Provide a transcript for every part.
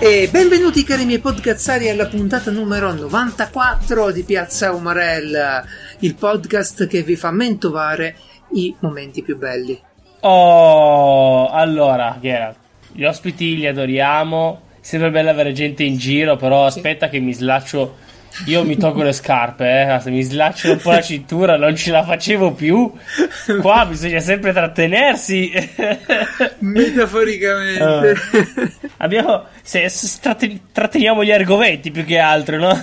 E benvenuti cari miei podcazzari alla puntata numero 94 di Piazza Umarell, il podcast che vi fa mentovare i momenti più belli. Oh, allora, Geralt, gli ospiti li adoriamo, sembra bello avere gente in giro, però aspetta che mi slaccio, io mi tolgo le scarpe, se mi slaccio un po' la cintura non ce la facevo più, qua bisogna sempre trattenersi. Metaforicamente. Tratteniamo gli argomenti più che altro, no?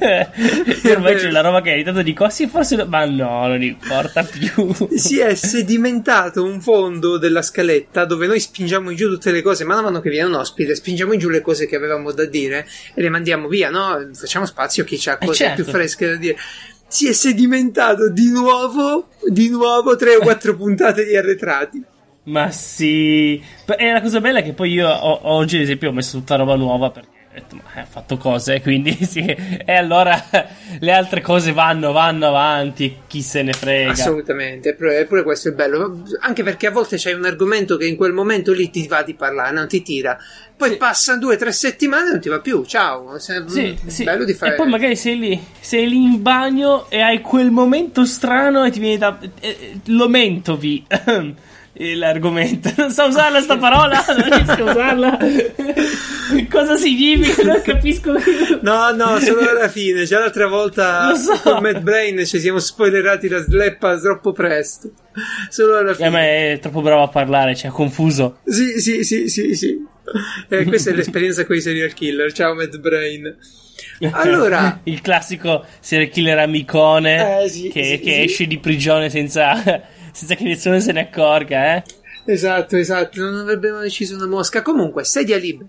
Io invece la roba che ogni tanto dico, sì, forse ma no, non importa più. Si è sedimentato un fondo della scaletta dove noi spingiamo in giù tutte le cose, man mano che viene un ospite spingiamo in giù le cose che avevamo da dire e le mandiamo via, no? Facciamo spazio a chi ha cose certo. più fresche da dire. Si è sedimentato di nuovo 3 o 4 puntate di arretrati. Ma sì, e la cosa bella è che poi io oggi ad esempio ho messo tutta roba nuova perché ho detto, ma ho fatto cose, quindi sì, e allora le altre cose vanno avanti, chi se ne frega. Assolutamente, pure questo è bello, anche perché a volte c'hai un argomento che in quel momento lì ti va di parlare, non ti tira, poi sì. Passa 2 o 3 settimane e non ti va più, ciao. Sì. Bello di fare. E poi magari sei lì in bagno e hai quel momento strano e ti viene lo mentovi. L'argomento, non so usarla sta parola, non riesco a usarla. Cosa significa? Non capisco. No, solo alla fine. Già l'altra volta con Mad Brain ci siamo spoilerati la sleppa troppo presto. Solo alla fine. Ma è troppo bravo a parlare, ci ha confuso. Sì. Questa è l'esperienza con i serial killer. Ciao Mad Brain. Allora, il classico serial killer amicone che esce di prigione senza che nessuno se ne accorga, Esatto, non avrebbero deciso una mosca. Comunque, sedia libera,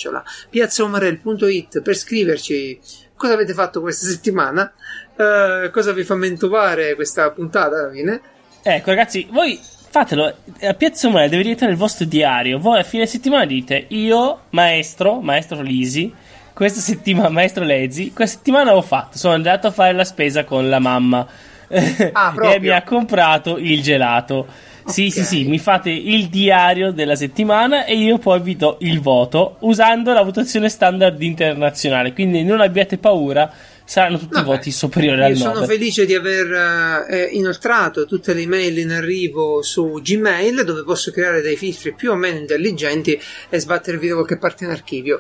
@piazzaumarell.it per scriverci cosa avete fatto questa settimana, cosa vi fa mentovare questa puntata alla fine. Ecco ragazzi, voi fatelo, a Piazza Umarell deve diventare il vostro diario. Voi a fine settimana dite, io, maestro Lisi, questa settimana, maestro Lezzi, questa settimana ho fatto, sono andato a fare la spesa con la mamma. E mi ha comprato il gelato. Okay. Sì, mi fate il diario della settimana e io poi vi do il voto usando la votazione standard internazionale, quindi non abbiate paura, saranno tutti voti superiori al 9. Io sono felice di aver inoltrato tutte le email in arrivo su Gmail, dove posso creare dei filtri più o meno intelligenti e sbattervi da qualche parte in archivio.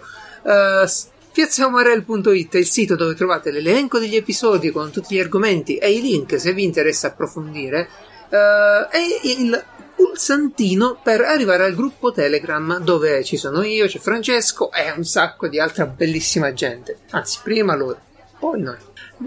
Piazzaumarell.it è il sito dove trovate l'elenco degli episodi con tutti gli argomenti e i link se vi interessa approfondire, e il pulsantino per arrivare al gruppo Telegram dove ci sono io, c'è Francesco e un sacco di altra bellissima gente, anzi prima loro, poi noi.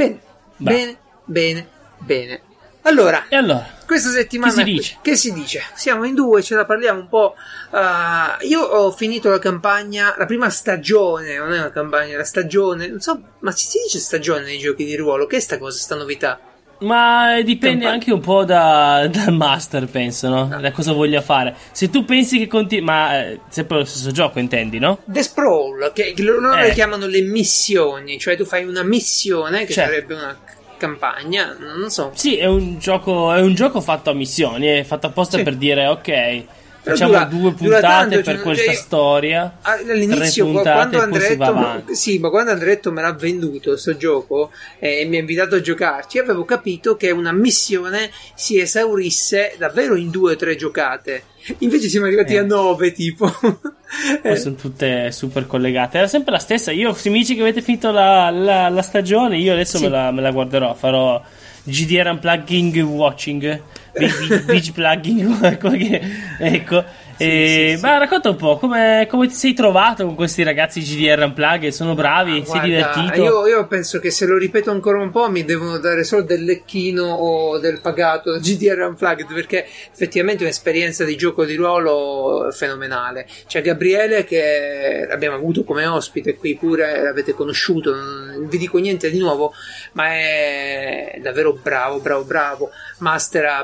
Bene. Allora, questa settimana che si dice? Siamo in 2, ce la parliamo un po'. Io ho finito la campagna, la prima stagione, non è una campagna, la stagione, non so, ma si dice stagione nei giochi di ruolo? Che è sta cosa, sta novità? Ma dipende anche un po' dal master, penso, no? Da cosa voglia fare. Se tu pensi che ma sempre lo stesso gioco, intendi, no? The Sprawl, che loro le chiamano le missioni, cioè tu fai una missione che sarebbe una campagna, non so. Sì, è un gioco fatto a missioni, è fatto apposta per dire ok, facciamo 2 puntate per questa storia. All'inizio, 3 puntate e poi si va avanti. Sì, ma quando Andretto me l'ha venduto sto gioco e mi ha invitato a giocarci, avevo capito che una missione si esaurisse davvero in 2 o 3 giocate. Invece siamo arrivati a 9, tipo. Poi sono tutte super collegate. Era sempre la stessa. Io, se mi dici che avete finito la stagione, io adesso me la guarderò. Farò GDR Unplugging Watching, Beach Plugging. Ecco. Ma racconta un po' come ti sei trovato con questi ragazzi GDR Unplugged? Sono bravi? Sei divertito? Io penso che se lo ripeto ancora un po' mi devono dare solo del lecchino o del pagato da GDR Unplugged, perché effettivamente è un'esperienza di gioco di ruolo fenomenale. C'è Gabriele che abbiamo avuto come ospite qui, pure l'avete conosciuto, non vi dico niente di nuovo, ma è davvero bravo, mastera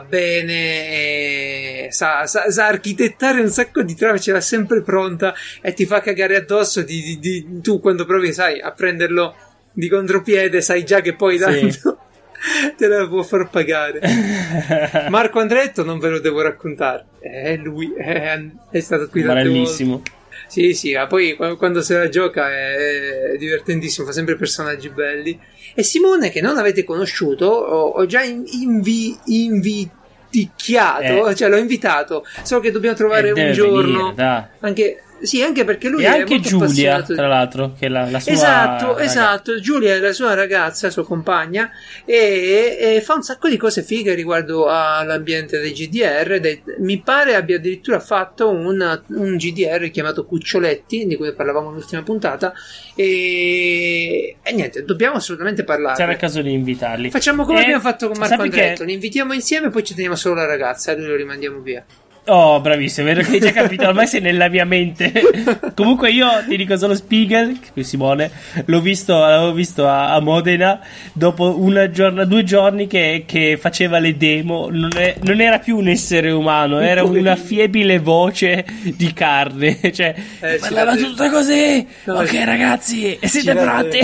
bene, sa architettare un sacco di trame, ce l'ha sempre pronta e ti fa cagare addosso tu quando provi, sai, a prenderlo di contropiede, sai già che poi tanto te la può far pagare. Marco Andretto non ve lo devo raccontare, lui è stato qui tante volte. Sì, ma poi quando se la gioca è divertentissimo, fa sempre personaggi belli. E Simone, che non avete conosciuto, ho già inviticchiato, cioè l'ho invitato, solo che dobbiamo trovare un giorno. Venire, anche perché lui e è anche molto Giulia, appassionato. tra l'altro, che è la sua Esatto. Giulia è la sua ragazza, la sua compagna, e fa un sacco di cose fighe riguardo all'ambiente dei GDR. Mi pare abbia addirittura fatto un GDR chiamato Cuccioletti, di cui parlavamo nell'ultima puntata, e niente, dobbiamo assolutamente parlare. Sarà il caso di invitarli. Facciamo come abbiamo fatto con Marco Andretto, che... li invitiamo insieme e poi ci teniamo solo la ragazza e lui lo rimandiamo via. Oh, bravissimo, è vero che hai già capito, ormai sei nella mia mente. Comunque io ti dico solo Spiegel, Simone, l'avevo visto a Modena dopo 2 giorni che faceva le demo. Non era più un essere umano, era una fiebile voce di carne. Cioè, parlava tutto così. No, ok, ragazzi, siete pronti?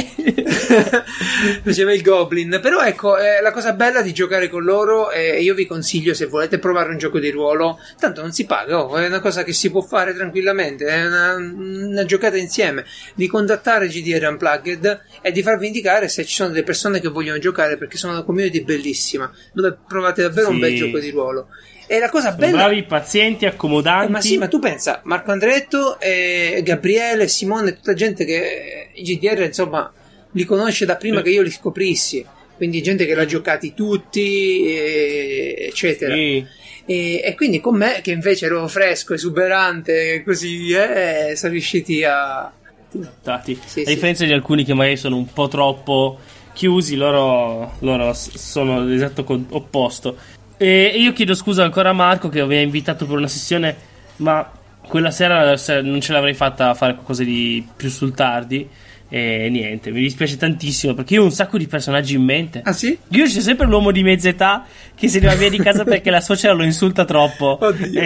Faceva il Goblin. Però ecco, la cosa bella di giocare con loro, io vi consiglio, se volete provare un gioco di ruolo, tanto non si paga, è una cosa che si può fare tranquillamente, è una giocata insieme, di contattare GDR Unplugged e di farvi indicare se ci sono delle persone che vogliono giocare, perché sono una community bellissima dove provate davvero un bel gioco di ruolo. E la cosa bella, bravi, pazienti, accomodanti. Ma tu pensa, Marco Andretto e Gabriele, Simone, tutta gente che i GDR insomma li conosce da prima che io li scoprissi, quindi gente che l'ha giocati tutti, eccetera. E quindi con me, che invece ero fresco, esuberante, così, sono riusciti a... Sì, a differenza di alcuni che magari sono un po' troppo chiusi, loro sono l'esatto opposto. E io chiedo scusa ancora a Marco, che aveva invitato per una sessione, ma quella sera non ce l'avrei fatta a fare qualcosa di più sul tardi. E niente, mi dispiace tantissimo perché io ho un sacco di personaggi in mente. Ah sì? Io c'è sempre l'uomo di mezza età che se ne va via di casa perché la suocera lo insulta troppo. Oddio.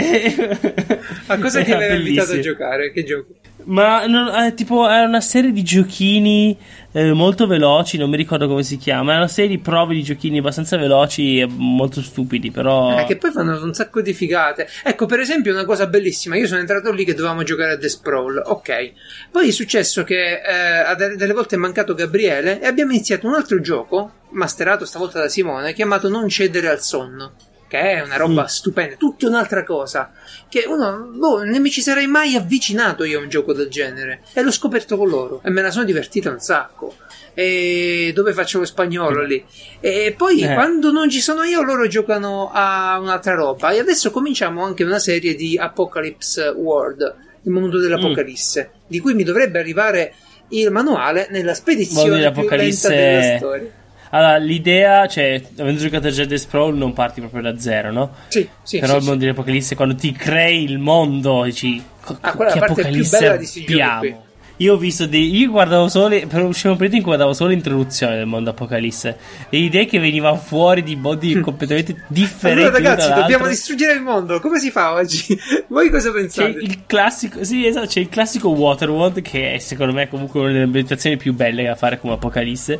A cosa ti aveva invitato a giocare? Che gioco? Ma tipo è una serie di giochini molto veloci, non mi ricordo come si chiama. È una serie di prove di giochini abbastanza veloci e molto stupidi, però che poi fanno un sacco di figate. Ecco, per esempio, una cosa bellissima: io sono entrato lì che dovevamo giocare a The Sprawl, ok. Poi è successo che delle volte è mancato Gabriele e abbiamo iniziato un altro gioco, masterato stavolta da Simone, chiamato Non cedere al sonno, che è una roba stupenda, tutta un'altra cosa, che non mi ci sarei mai avvicinato io a un gioco del genere, e l'ho scoperto con loro e me la sono divertita un sacco, e dove faccio lo spagnolo lì, e poi quando non ci sono io loro giocano a un'altra roba, e adesso cominciamo anche una serie di Apocalypse World, il mondo dell'Apocalisse, di cui mi dovrebbe arrivare il manuale nella spedizione più lenta della storia. Allora, l'idea, cioè, avendo giocato a The Sprawl non parti proprio da zero, no? Sì. Però il mondo dell'Apocalisse, quando ti crei il mondo, dici, quella è la parte più bella di sti giochi qui. Io ho visto io guardavo solo, però uscivo un periodo in cui guardavo solo l'introduzione del mondo Apocalisse, le idee che venivano fuori di modi completamente differenti. Allora ragazzi, dobbiamo distruggere il mondo, come si fa oggi? Voi cosa pensate? C'è il classico, sì esatto, c'è il classico Waterworld, che è secondo me comunque una delle ambientazioni più belle da fare come Apocalisse,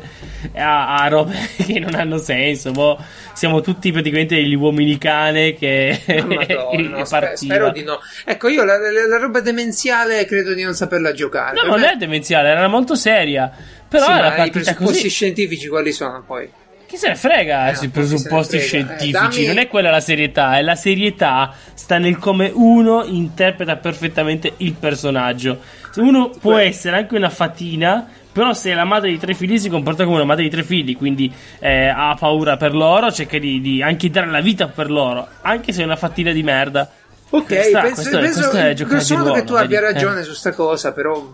a robe che non hanno senso, siamo tutti praticamente degli uomini cane che Madonna, spero di no. Ecco, io la roba demenziale credo di non saperla giocare. No, non è demenziale, era molto seria. Però era partita i presupposti così. Scientifici quali sono poi? Chi se ne frega sui presupposti scientifici? Non è quella la serietà, è la serietà sta nel come uno interpreta perfettamente il personaggio. Se uno può essere anche una fatina, però se è la madre di 3 figli si comporta come una madre di 3 figli, quindi ha paura per loro, cerca di anche dare la vita per loro, anche se è una fattina di merda. Ok, penso che tu abbia ragione su sta cosa, però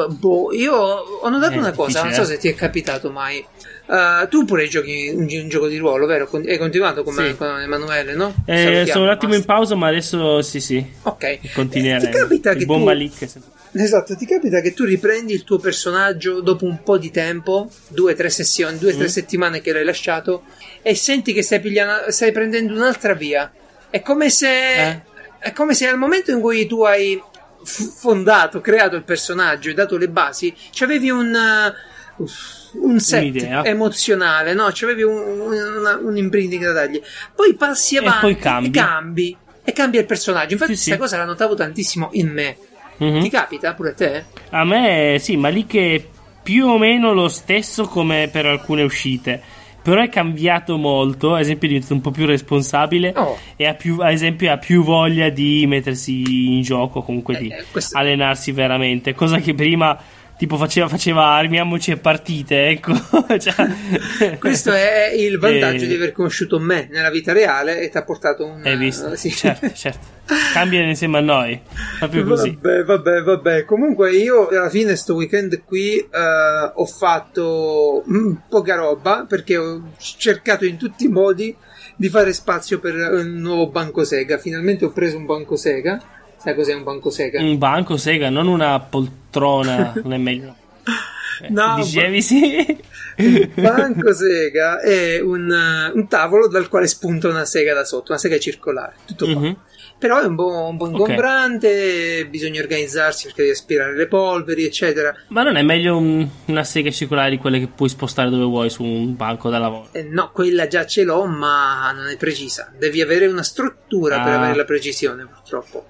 io ho notato una cosa, non so se ti è capitato mai. Tu pure giochi un gioco di ruolo, vero? Hai continuato con Emanuele, no? Sono un attimo in pausa, ma adesso sì. Ok. Continuerei. Ti capita che buon Malik. Esatto, ti capita che tu riprendi il tuo personaggio dopo un po' di tempo, 2-3 sessioni, 2-3 settimane che l'hai lasciato, e senti che stai prendendo un'altra via. È come se al momento in cui tu hai creato il personaggio e dato le basi, c'avevi un set un'idea emozionale, no? C'avevi un imprinting da dargli. Poi passi avanti e poi cambi e cambia il personaggio. Infatti questa cosa la notavo tantissimo in me. Ti capita pure a te? A me sì, ma lì che è più o meno lo stesso come per alcune uscite. Però è cambiato molto, ad esempio è diventato un po' più responsabile e ad esempio ha più voglia di mettersi in gioco, comunque di allenarsi veramente, cosa che prima tipo faceva armiamoci e partite, ecco. Cioè, questo è il vantaggio di aver conosciuto me nella vita reale e ti ha portato un... Hai visto? Sì. Certo. Cambiano insieme a noi, proprio così. Vabbè. Comunque io alla fine sto weekend qui ho fatto poca roba perché ho cercato in tutti i modi di fare spazio per un nuovo banco Sega. Finalmente ho preso un banco Sega. Sai cos'è un banco Sega? Un banco Sega, non una poltrona, non è meglio. No, dicevi sì. Un banco Sega è un tavolo dal quale spunta una sega da sotto, una sega circolare, tutto qua. Però è un po' ingombrante, bisogna organizzarsi perché devi aspirare le polveri, eccetera. Ma non è meglio una sega circolare di quelle che puoi spostare dove vuoi su un banco da lavoro? No, quella già ce l'ho, ma non è precisa. Devi avere una struttura per avere la precisione, purtroppo.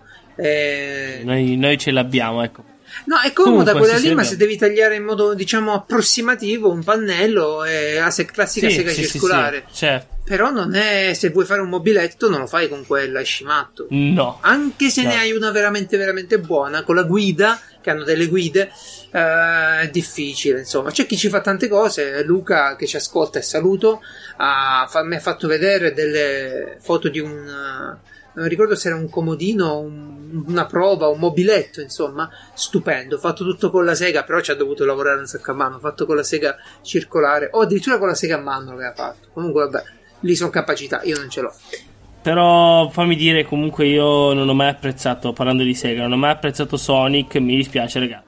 Noi ce l'abbiamo, ecco. No, è comoda quella lì, ma se devi tagliare in modo, diciamo, approssimativo un pannello è la classica sega circolare. Sì, certo. Però non è, se vuoi fare un mobiletto non lo fai con quella, è scimatto. No. Anche se ne hai una veramente veramente buona, con la guida, che hanno delle guide, è difficile, insomma. C'è chi ci fa tante cose, Luca che ci ascolta e saluto, mi ha fatto vedere delle foto di non ricordo se era un comodino, una prova, un mobiletto, insomma, stupendo, fatto tutto con la sega, però ci ha dovuto lavorare un sacco a mano, fatto con la sega circolare, o addirittura con la sega a mano l'aveva fatto. Comunque vabbè, lì sono capacità, io non ce l'ho. Però fammi dire, comunque io non ho mai apprezzato, parlando di Sega, non ho mai apprezzato Sonic, mi dispiace ragazzi.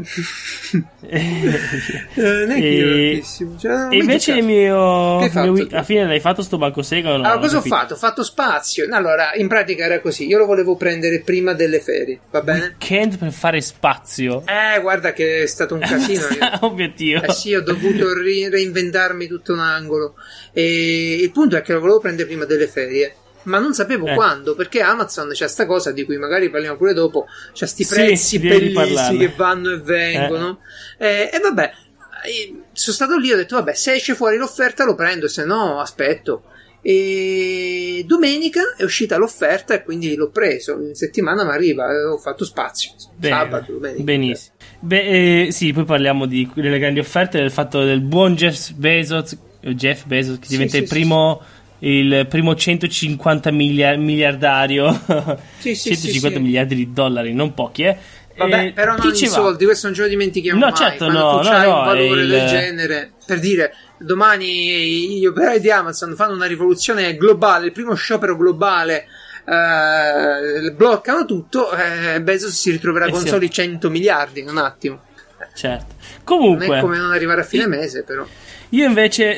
E invece alla fine l'hai fatto sto banco Sega o no? Allora, cosa ho fatto? Ho fatto spazio. Allora, in pratica era così, io lo volevo prendere prima delle ferie, va bene? Weekend per fare spazio? Guarda che è stato un casino. Obiettivo. Sì, ho dovuto reinventarmi tutto un angolo. E il punto è che lo volevo prendere prima delle ferie, ma non sapevo quando, perché Amazon c'ha sta cosa di cui magari parliamo pure dopo, c'ha sti prezzi bellissimi che vanno e vengono, e vabbè, sono stato lì, ho detto vabbè, se esce fuori l'offerta lo prendo, se no aspetto. E domenica è uscita l'offerta e quindi l'ho preso, in settimana mi arriva, ho fatto spazio, sabato, domenica. Benissimo. Sì, poi parliamo delle grandi offerte, del fatto del buon Jeff Bezos che diventa il primo 150 miliardario, 150 miliardi di dollari, non pochi, Vabbè, però non i soldi, questo non ce lo dimentichiamo mai. Certo, quando tu c'hai un valore del genere, per dire, domani gli operai di Amazon fanno una rivoluzione globale, il primo sciopero globale, bloccano tutto, Bezos si ritroverà con soli 100 miliardi in un attimo. Certo. Comunque, non è come non arrivare a fine mese, però. Io invece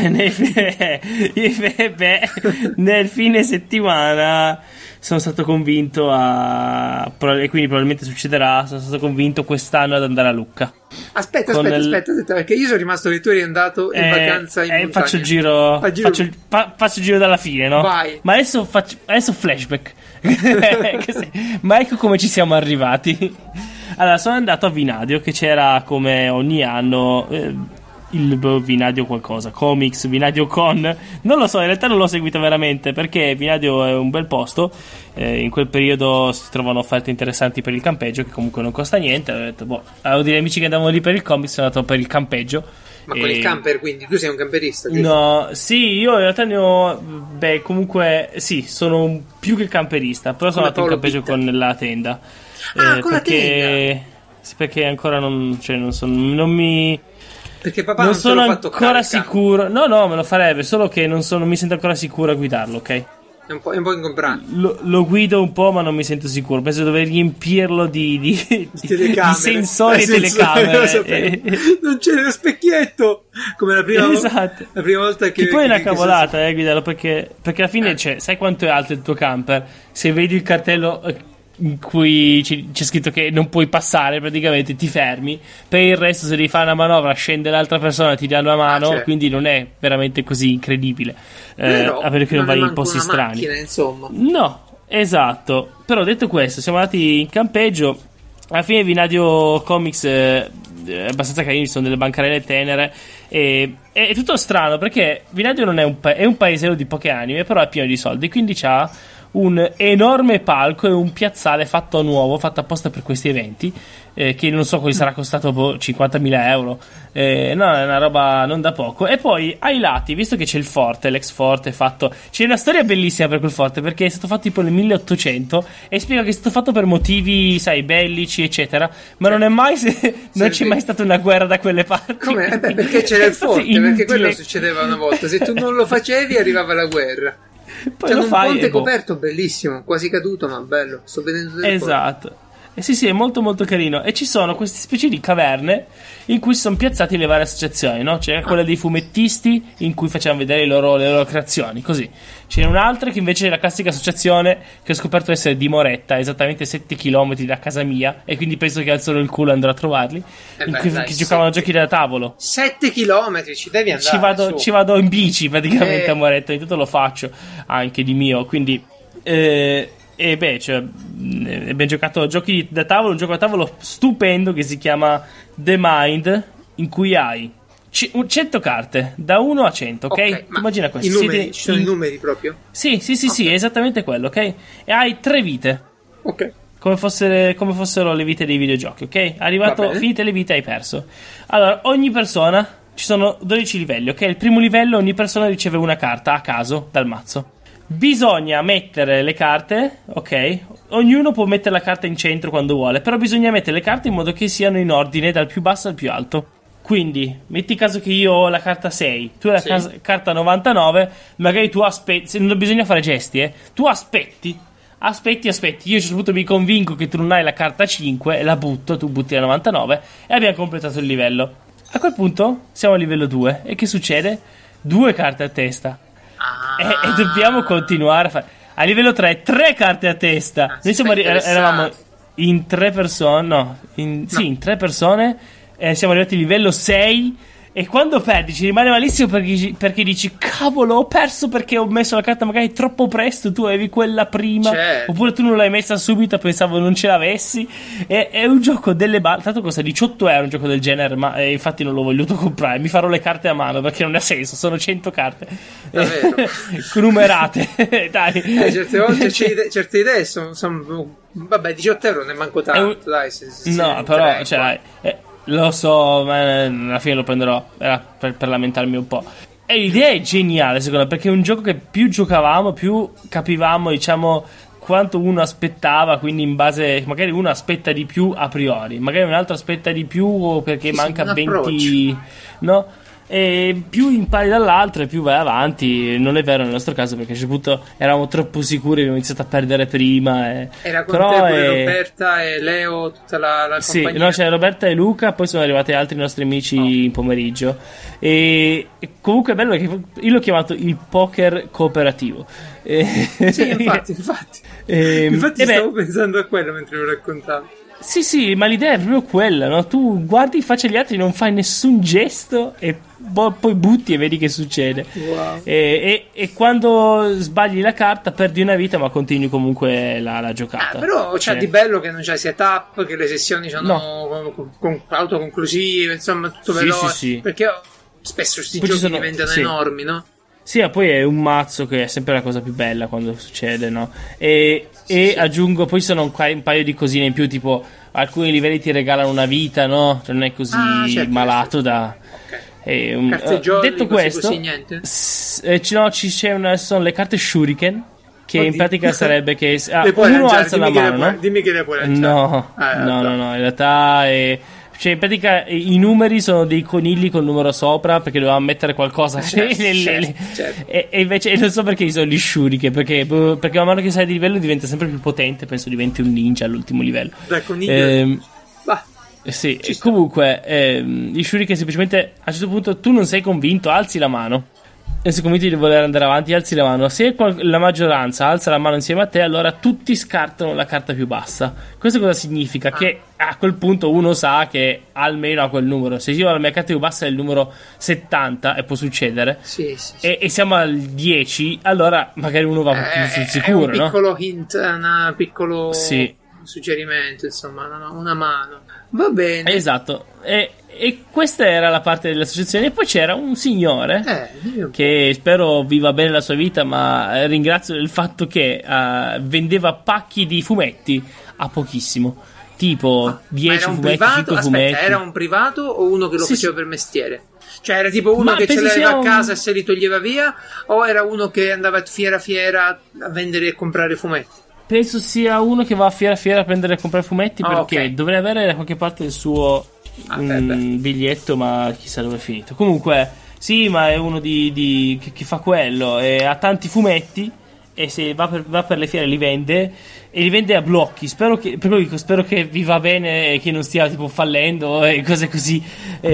nel fine settimana sono stato convinto e quindi probabilmente succederà, sono stato convinto quest'anno ad andare a Lucca. Aspetta, perché io sono rimasto che tu eri andato in vacanza in montagna. Faccio il giro, faccio il giro dalla fine, no? Vai. Ma adesso flashback. Ma ecco come ci siamo arrivati. Allora, sono andato a Vinadio, che c'era come ogni anno il Vinadio qualcosa, Comics, Vinadio Con, non lo so, in realtà non l'ho seguito veramente perché Vinadio è un bel posto, in quel periodo si trovano offerte interessanti per il campeggio che comunque non costa niente. Ho detto, avevo degli amici che andavano lì per il Comics, sono andato per il campeggio. Ma con il camper, quindi tu sei un camperista, giusto? No, sì, io in realtà ne ho, comunque sì, sono più che camperista, però sono andato in campeggio con la tenda. Con la tenda? Sì, perché ancora non perché papà non sono fatto ancora carica. sicuro. No, me lo farebbe, solo che non mi sento ancora sicuro a guidarlo, ok? È un po' ingombrante. Lo guido un po', ma non mi sento sicuro. Penso di dover riempirlo di sensori e telecamere. Non c'è lo specchietto. Come la prima volta che poi è una cavolata, guidarlo, perché alla fine sai quanto è alto il tuo camper? Se vedi il cartello in cui c'è scritto che non puoi passare, praticamente ti fermi. Per il resto, se devi fare una manovra, scende l'altra persona, ti dà la mano, quindi non è veramente così incredibile, a meno che non vai in posti strani, macchina, insomma. No, esatto. Però detto questo, siamo andati in campeggio Alla fine Vinadio Comics è abbastanza carino, sono delle bancarelle tenere e è tutto strano perché Vinadio non è è un paesino di poche anime, però è pieno di soldi, quindi c'ha un enorme palco e un piazzale fatto nuovo, fatto apposta per questi eventi, che non so quale sarà costato 50.000 euro. No, è una roba non da poco. E poi ai lati, visto che c'è il forte, l'ex forte fatto, c'è una storia bellissima per quel forte, perché è stato fatto tipo nel 1800 e spiega che è stato fatto per motivi, sai, bellici eccetera, ma non è mai non c'è mai stata una guerra da quelle parti. Come? Perché c'era il forte, perché quello succedeva una volta, se tu non lo facevi arrivava la guerra. Poi c'è lo un fai ponte coperto bellissimo, quasi caduto ma bello, sto vedendo delle esatto. Sì, è molto molto carino. E ci sono queste specie di caverne in cui sono piazzati le varie associazioni, no? C'è quella dei fumettisti in cui facevano vedere le loro creazioni, così. C'è un'altra che invece è la classica associazione che ho scoperto essere di Moretta, esattamente 7 km da casa mia, e quindi penso che alzano il culo e andrò a trovarli, in cui giocavano a giochi da tavolo. 7 km, ci devi andare. Ci vado in bici praticamente a Moretta, intanto lo faccio anche di mio, quindi e beh, cioè, abbiamo giocato a giochi da tavolo, un gioco da tavolo stupendo che si chiama The Mind, in cui hai 100 carte da 1 a 100, ok? Immagina questo. Ci sono i numeri proprio? Sì, è esattamente quello, ok? E hai 3 vite. Ok. Come fossero le vite dei videogiochi, ok? Arrivato, finite le vite, hai perso. Allora, ogni persona, ci sono 12 livelli, ok? Il primo livello ogni persona riceve una carta a caso dal mazzo. Bisogna mettere le carte, ok? Ognuno può mettere la carta in centro quando vuole, però bisogna mettere le carte in modo che siano in ordine dal più basso al più alto. Quindi, metti caso che io ho la carta 6, tu hai la carta 99, magari tu aspetti, non bisogna fare gesti, tu aspetti. Io a un certo punto mi convinco che tu non hai la carta 5 e la butto, tu butti la 99 e abbiamo completato il livello. A quel punto siamo a livello 2 e che succede? 2 carte a testa. E dobbiamo continuare a fare. A livello 3, 3 carte a testa. Noi eravamo in 3 persone. In 3 persone. Siamo arrivati a livello 6. E quando perdi ci rimane malissimo perché dici cavolo, ho perso perché ho messo la carta magari troppo presto, tu avevi quella prima, oppure tu non l'hai messa subito, pensavo non ce l'avessi. È un gioco delle balle, tanto costa 18 euro un gioco del genere, ma infatti non l'ho voluto comprare, mi farò le carte a mano perché non ha senso, sono 100 carte numerate. Dai. Certe volte certe idee sono vabbè, 18 euro ne manco tanto, dai, no, però cioè, lo so, ma alla fine lo prenderò per lamentarmi un po'. E l'idea è geniale, secondo me, perché è un gioco che più giocavamo, più capivamo, diciamo, quanto uno aspettava, quindi in base, magari uno aspetta di più a priori, magari un altro aspetta di più perché manca 20, no? E più impari dall'altro e più vai avanti. Non è vero nel nostro caso, perché a un certo punto eravamo troppo sicuri, abbiamo iniziato a perdere prima era con te pure Roberta e Leo, tutta la sì, compagnia. No, c'è Roberta e Luca, poi sono arrivati altri nostri amici in pomeriggio e comunque è bello che io l'ho chiamato il poker cooperativo. Sì, infatti stavo pensando a quello mentre lo raccontavo. Sì, ma l'idea è proprio quella, no? Tu guardi in faccia agli altri, non fai nessun gesto e poi butti e vedi che succede. Wow. E quando sbagli la carta perdi una vita, ma continui comunque la giocata. Però c'è di bello che non c'è setup, che le sessioni sono autoconclusive, insomma tutto veloce. Sì. Perché spesso questi giochi diventano enormi, no? Sì, poi è un mazzo che è sempre la cosa più bella quando succede, no? E aggiungo, poi sono un paio di cosine in più, tipo alcuni livelli ti regalano una vita, no? Cioè non è così malato da... Carteggioli, detto questo, così, niente? Sono le carte Shuriken, che in pratica sarebbe che uno alza la mano, no? Dimmi che le puoi lanciare. No, in realtà cioè in pratica i numeri sono dei conigli col numero sopra, perché dovevamo mettere qualcosa certo. E invece non so perché sono gli shuriken, perché man mano che sai di livello diventa sempre più potente, penso diventi un ninja all'ultimo livello dal coniglio. Sì, comunque gli shuriken semplicemente a un certo punto tu non sei convinto, alzi la mano e sei convinto di voler andare avanti, alzi la mano. Se la maggioranza alza la mano insieme a te, allora tutti scartano la carta più bassa. Questo cosa significa? Che a quel punto uno sa che almeno a quel numero, se io la mia carta più bassa è il numero 70, e può succedere, e siamo al 10, allora magari uno va più sul sicuro, è un piccolo hint, un piccolo un suggerimento, insomma, una mano. Va bene. Esatto. E questa era la parte dell'associazione. E poi c'era un signore che spero viva bene la sua vita, ma ringrazio del fatto che vendeva pacchi di fumetti a pochissimo. Tipo 10 fumetti, 5 fumetti. Era un privato o uno che lo faceva per mestiere? Cioè era tipo uno che ce l'aveva a casa e se li toglieva via, o era uno che andava fiera a fiera a vendere e comprare fumetti? Penso sia uno che va a fiera a prendere e comprare fumetti, perché dovrei avere da qualche parte il suo biglietto, ma chissà dove è finito. Comunque sì, ma è uno che fa quello e ha tanti fumetti, e se va per le fiere li vende, e li vende a blocchi. Spero che viva bene e che non stia tipo fallendo e cose così,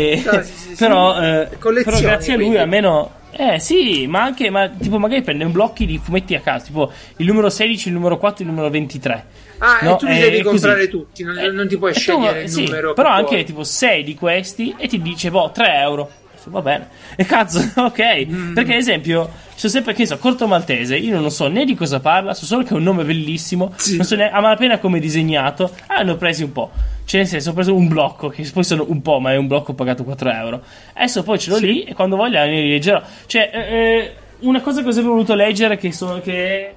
però grazie a lui quindi. Almeno sì, ma tipo magari prende un blocchi di fumetti a caso, tipo il numero 16, il numero 4, il numero 23. E tu li devi comprare tutti, non ti puoi scegliere il numero. Però anche puoi. Tipo 6 di questi, e ti dice 3 euro. Va bene, e cazzo, ok. Perché ad esempio sono sempre, che so, Corto Maltese, io non so né di cosa parla, so solo che è un nome bellissimo, non so a malapena come è disegnato. Ne ho presi un po', cioè nel senso ho preso un blocco, che poi sono un po', ma è un blocco pagato 4 euro. Adesso poi ce l'ho lì, e quando voglio ne rileggerò. Cioè una cosa che ho sempre voluto leggere, che è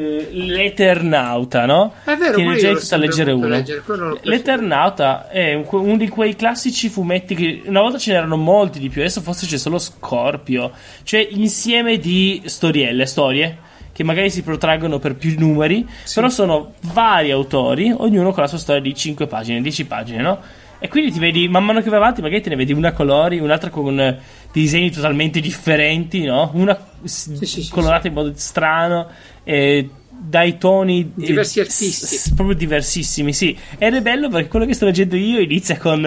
l'Eternauta, no? È vero, che ne ho già iniziato a leggere uno. L'Eternauta è uno di quei classici fumetti che una volta ce n'erano molti di più, adesso forse c'è solo Scorpio, cioè insieme di storie che magari si protraggono per più numeri, però sono vari autori, ognuno con la sua storia di 5 pagine, 10 pagine, no? E quindi ti vedi, man mano che vai avanti, magari te ne vedi una a colori, un'altra con disegni totalmente differenti, no? Una colorata in modo strano, dai toni diversi artisti, proprio diversissimi, sì. Ed è bello perché quello che sto leggendo io inizia con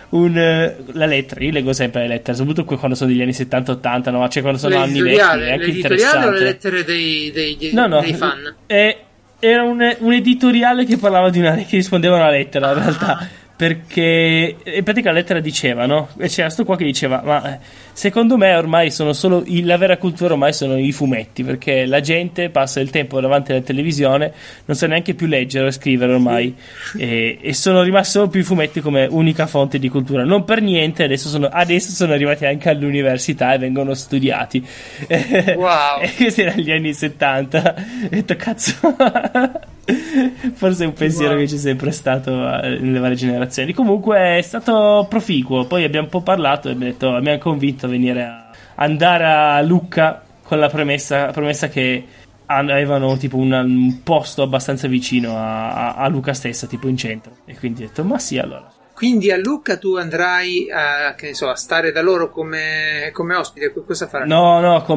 la lettera. Io leggo sempre le lettere, soprattutto quando sono degli anni 70-80, no? Cioè quando sono anni vecchi, è anche interessante. O le lettere dei fan? Era un editoriale che parlava che rispondeva a una lettera, in realtà. Perché in pratica la lettera diceva, no? E c'era sto qua che diceva: ma secondo me ormai sono solo la vera cultura, ormai sono i fumetti, perché la gente passa il tempo davanti alla televisione, non sa neanche più leggere o scrivere ormai, e sono rimasti solo più i fumetti come unica fonte di cultura. Non per niente adesso sono arrivati anche all'università e vengono studiati. Wow. E questi erano gli anni 70. Ho detto cazzo. Forse è un pensiero che c'è sempre stato nelle varie generazioni. Comunque è stato proficuo. Poi abbiamo un po' parlato e abbiamo convinto a venire a andare a Lucca con la promessa che avevano tipo un posto abbastanza vicino a Lucca stessa, tipo in centro. E quindi ho detto ma sì, allora. Quindi a Lucca tu andrai a stare da loro come ospite, cosa farai? No,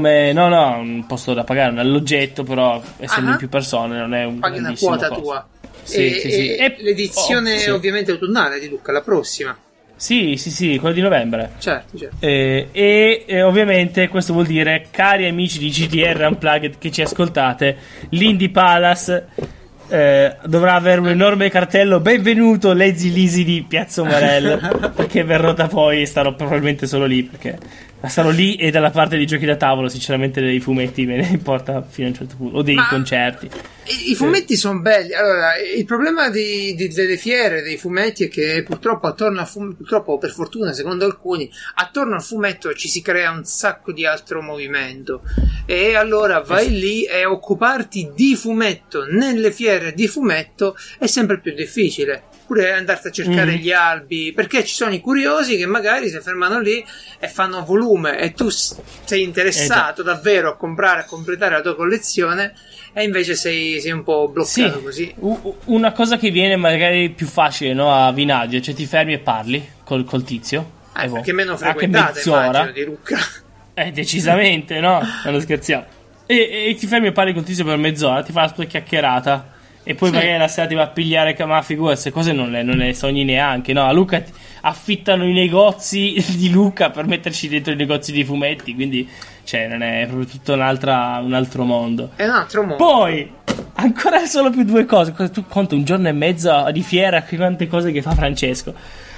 un posto da pagare, un alloggetto, però essendo in più persone non è un paghi una quota costo. Tua. Sì. E l'edizione ovviamente autunnale di Lucca, la prossima. Sì, quella di novembre. Certo. E ovviamente questo vuol dire, cari amici di GDR Unplugged che ci ascoltate, l'Indie Palace dovrà avere un enorme cartello: benvenuto Lazy Lisi di Piazza Umarell, perché verrò da poi e starò probabilmente solo lì, perché starò lì, e dalla parte dei giochi da tavolo sinceramente dei fumetti me ne importa fino a un certo punto, o dei concerti. I fumetti sono belli. Allora, il problema delle fiere dei fumetti è che purtroppo purtroppo, per fortuna secondo alcuni, attorno al fumetto ci si crea un sacco di altro movimento, e allora vai lì e occuparti di fumetto nelle fiere di fumetto è sempre più difficile. Pure andarti a cercare gli albi, perché ci sono i curiosi che magari si fermano lì e fanno volume, e tu sei interessato davvero a comprare, a completare la tua collezione, e invece sei un po' bloccato così. Una cosa che viene magari più facile, no, a Vinadio, cioè ti fermi e parli col tizio, perché meno frequentate, immagino, di Lucca. Decisamente, no? Non scherziamo. E ti fermi e parli col tizio per mezz'ora, ti fa la tua chiacchierata, e poi magari la sera ti va a pigliare, ma figura, queste cose non le sogni neanche, no? A Lucca affittano i negozi di Lucca per metterci dentro i negozi di fumetti, quindi cioè non è proprio tutto un altro mondo. È un altro mondo. Poi ancora solo più due cose. Tu conta un giorno e mezzo di fiera, quante cose che fa Francesco.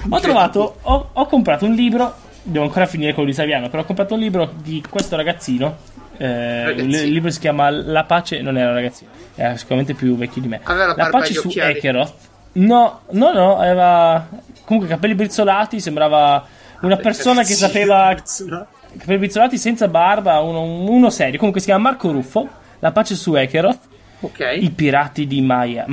Ho comprato un libro, devo ancora finire quello di Saviano, però ho comprato un libro di questo ragazzino. Il libro si chiama La pace non era un ragazzino, era sicuramente più vecchio di me. Aveva La pace su Ekeroth. No, aveva comunque capelli brizzolati, sembrava una persona che sapeva... Capelli brizzolati senza barba, uno serio. Comunque si chiama Marco Ruffo, la pace su Ekeroth. Ok. I pirati di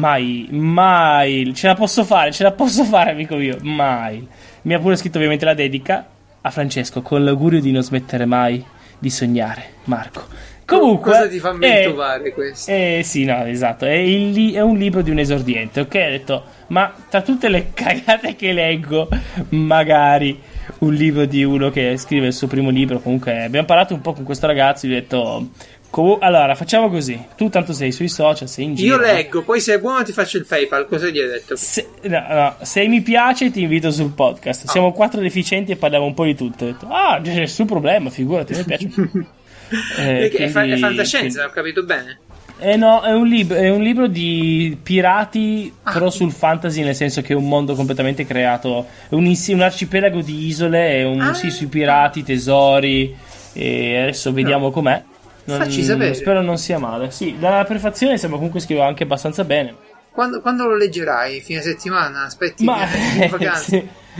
Mai. Ce la posso fare, amico mio. Mai. Mi ha pure scritto ovviamente la dedica a Francesco con l'augurio di non smettere mai di sognare, Marco. Comunque, cosa ti fa mentuvare questo? Sì, no, esatto. È un libro di un esordiente, ok? Ho detto, ma tra tutte le cagate che leggo, magari un libro di uno che scrive il suo primo libro. Comunque, abbiamo parlato un po' con questo ragazzo. Gli ho detto, allora, facciamo così. Tu tanto sei sui social, sei in giro. Io leggo, poi se è buono ti faccio il PayPal. Cosa gli hai detto? Se mi piace ti invito sul podcast. Siamo 4 deficienti e parliamo un po' di tutto. Ho detto, nessun problema, figurati, mi piace. Perché è fantascienza, ho capito bene. No, è un libro di pirati, però sul fantasy, nel senso che è un mondo completamente creato. È un arcipelago di isole, sì, sui pirati, tesori. E adesso vediamo com'è. Facci sapere. Spero non sia male. Sì, dalla prefazione sembra comunque scriva anche abbastanza bene. Quando lo leggerai? Fine settimana? Aspetti in vacanza?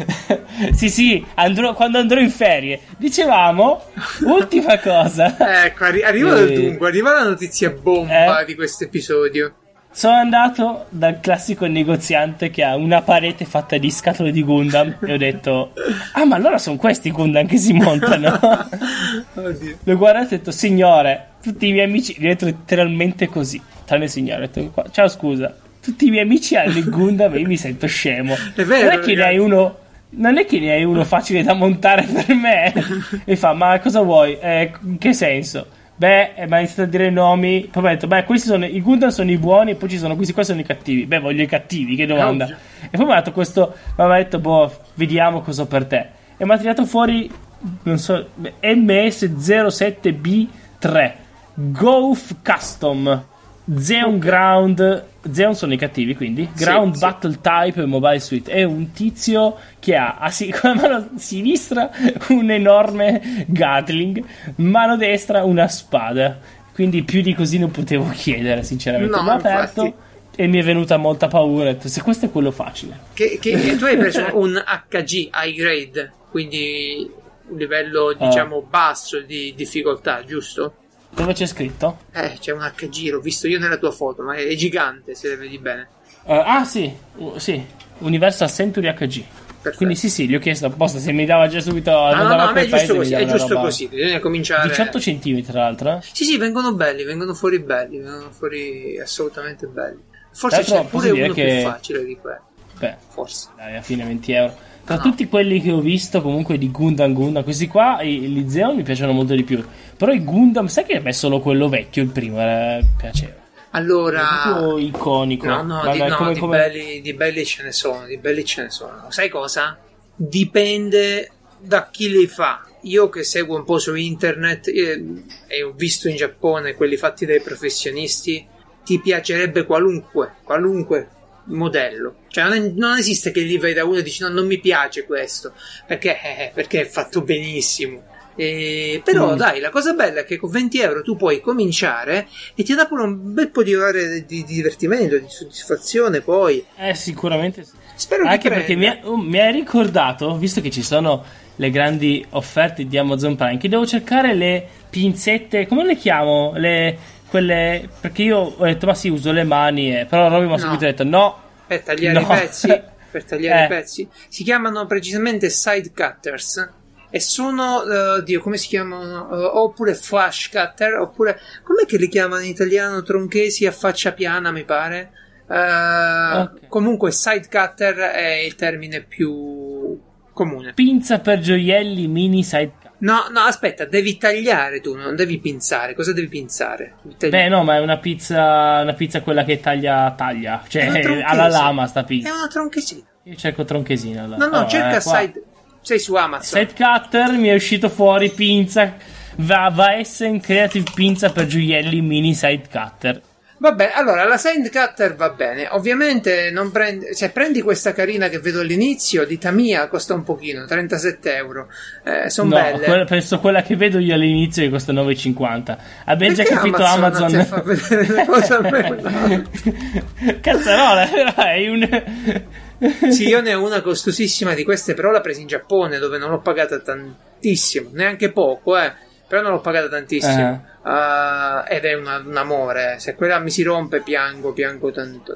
Sì, quando andrò in ferie. Dicevamo, ultima cosa. Ecco, arriva il dunque, arriva la notizia bomba di questo episodio. Sono andato dal classico negoziante che ha una parete fatta di scatole di Gundam e ho detto, ma allora sono questi Gundam che si montano. Oddio. L'ho guardato e ho detto, signore, tutti i miei amici, gli ho detto letteralmente così, tranne il signore, ho detto, ciao scusa, tutti i miei amici hanno il Gundam e io mi sento scemo. È vero, non è che ne hai uno facile da montare per me. E fa, ma cosa vuoi? In che senso? Mi ha iniziato a dire nomi. Poi mi ha detto, questi sono i Gundam, sono i buoni, e poi ci sono questi qua, sono i cattivi. Voglio i cattivi, che domanda. E poi mi ha dato questo, mi ha detto, vediamo cosa ho per te. E mi ha tirato fuori, non so, MS07B3 Golf Custom Zeon Ground. Zeon sono i cattivi, quindi Ground Battle Type Mobile Suite. È un tizio che ha con la mano sinistra un enorme Gatling, mano destra una spada. Quindi più di così non potevo chiedere, sinceramente. L'ho aperto e mi è venuta molta paura. Se questo è quello facile. Che tu hai preso un HG high grade, quindi un livello diciamo basso di difficoltà, giusto? Dove c'è scritto? C'è un HG, l'ho visto io nella tua foto, ma è gigante, se le vedi bene. Sì, Universal Century HG. Perfetto. Quindi sì, gli ho chiesto apposta se mi dava già subito. No, è giusto così, bisogna cominciare. 18 cm tra l'altro. Sì, vengono fuori belli, vengono fuori assolutamente belli. Forse c'è pure uno più facile di quello. Forse. Dai, alla fine 20 euro. Tra tutti quelli che ho visto comunque di Gundam, questi qua, gli Zeon mi piacciono molto di più. Però i Gundam, sai che è solo quello vecchio, il primo, piaceva. Allora, è proprio iconico. Di belli ce ne sono, Sai cosa? Dipende da chi li fa. Io che seguo un po' su internet e ho visto in Giappone quelli fatti dai professionisti, ti piacerebbe qualunque modello. Cioè non esiste che li vai da uno e dici no, non mi piace questo perché è fatto benissimo. Però dai, la cosa bella è che con 20 euro tu puoi cominciare e ti dà pure un bel po' di ore di divertimento, di soddisfazione. Poi sicuramente sì. Spero anche perché mi hai ricordato, visto che ci sono le grandi offerte di Amazon Prime, che devo cercare le pinzette, come le chiamo? Quelle, perché io ho detto ma sì, uso le mani, però Roby mi ha subito detto no, per tagliare i pezzi, i pezzi si chiamano precisamente side cutters e sono come si chiamano, oppure flash cutter, oppure com'è che li chiamano in italiano, tronchesi a faccia piana mi pare. Comunque side cutter è il termine più comune. Pinza per gioielli mini side. No, aspetta, devi tagliare tu, non devi pinzare. Cosa devi pinzare? No, ma è una pizza quella che taglia. Cioè, alla lama sta pizza. È una tronchesina. Io cerco tronchesina. Allora. No, cerca side. Sei su Amazon. Side cutter, mi è uscito fuori pinza. Va Essen Creative Pinza per gioielli mini side cutter. Vabbè, allora la side cutter va bene. Ovviamente non prendi, cioè prendi questa carina che vedo all'inizio di Tamiya, costa un pochino, 37 euro. Sono belle. Penso quella che vedo io all'inizio che costa 9,50. Abbiamo già capito Amazon. Amazon. Fa vedere le cose a me. Cazzarola, è un. Sì, io ne ho una costosissima di queste, però l'ho presa in Giappone, dove non l'ho pagata tantissimo, neanche poco, però non l'ho pagata tantissimo. Ed è un amore. Se quella mi si rompe, piango tanto.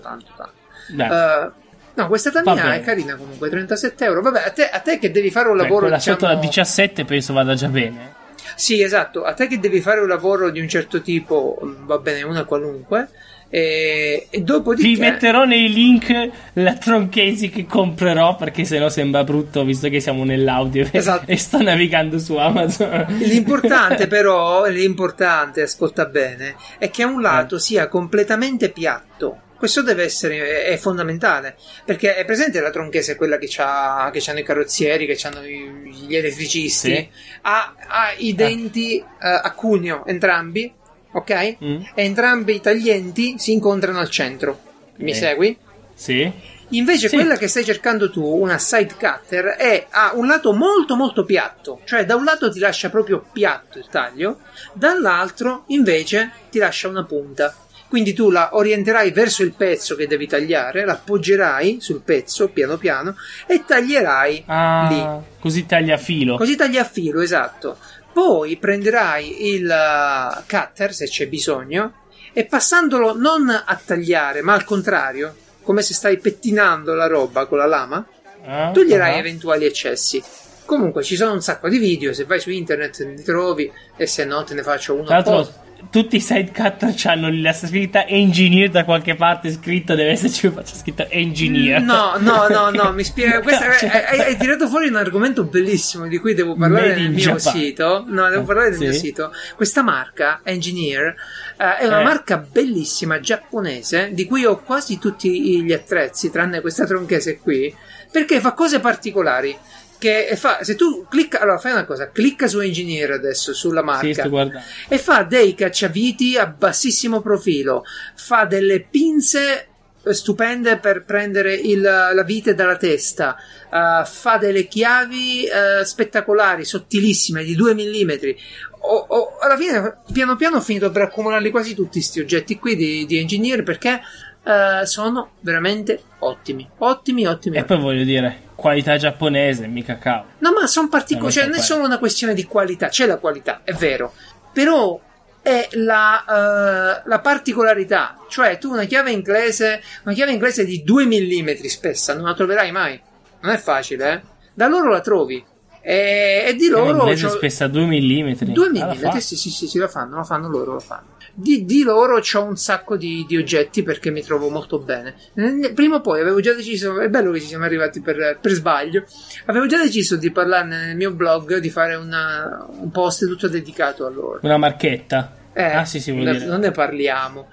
No, questa Tamiya è carina comunque, 37 euro. Vabbè, a te che devi fare un lavoro, quella sotto la 17 penso vada già bene. Sì, esatto, a te che devi fare un lavoro di un certo tipo, va bene una qualunque. E dopodiché vi metterò nei link la tronchesi che comprerò, perché sennò sembra brutto visto che siamo nell'audio. Esatto. E sto navigando su Amazon. L'importante però, ascolta bene, è che un lato sia completamente piatto. Questo deve essere, è fondamentale, perché è presente la tronchese, quella che hanno i carrozzieri, che hanno gli elettricisti, sì. ha i denti a cuneo entrambi, ok? E entrambi i taglienti si incontrano al centro. Mi segui? Sì. Invece quella che stai cercando tu, una side cutter, ha un lato molto molto piatto, cioè da un lato ti lascia proprio piatto il taglio, dall'altro invece ti lascia una punta. Quindi tu la orienterai verso il pezzo che devi tagliare, la appoggerai sul pezzo piano piano e taglierai lì. Così taglia a filo. Così taglia a filo, esatto. Poi prenderai il cutter, se c'è bisogno, e passandolo non a tagliare, ma al contrario, come se stai pettinando la roba con la lama, toglierai eventuali eccessi. Comunque ci sono un sacco di video, se vai su internet li trovi, e se no te ne faccio uno apposta. Tutti i side cutter hanno la scritta engineer da qualche parte scritto, deve esserci scritto engineer. No, mi spiega. Hai tirato fuori un argomento bellissimo di cui devo parlare nel mio sito. No, devo parlare del mio sito. Questa marca, Engineer, è una marca bellissima giapponese di cui ho quasi tutti gli attrezzi, tranne questa tronchese qui, perché fa cose particolari. Se tu clicca, allora fai una cosa, clicca su Engineer adesso, sulla marca, e fa dei cacciaviti a bassissimo profilo, fa delle pinze stupende per prendere la vite dalla testa, fa delle chiavi spettacolari, sottilissime, di 2 mm. Alla fine piano piano ho finito per accumularli quasi tutti sti oggetti qui di Engineer, perché sono veramente ottimi. E poi voglio dire, qualità giapponese, mica cavolo. No, ma sono particolari, cioè non è solo una questione di qualità, c'è la qualità, è vero, però è la particolarità, cioè tu una chiave inglese di 2 mm spessa non la troverai mai, non è facile, da loro la trovi. E di loro spessa 2 mm. 2 mm, sì, la fanno loro. Di loro c'ho un sacco di oggetti, perché mi trovo molto bene. Prima o poi avevo già deciso, è bello che ci siamo arrivati per sbaglio, avevo già deciso di parlarne nel mio blog, di fare un post tutto dedicato a loro. Una marchetta? Sì, vuol dire. Non ne parliamo.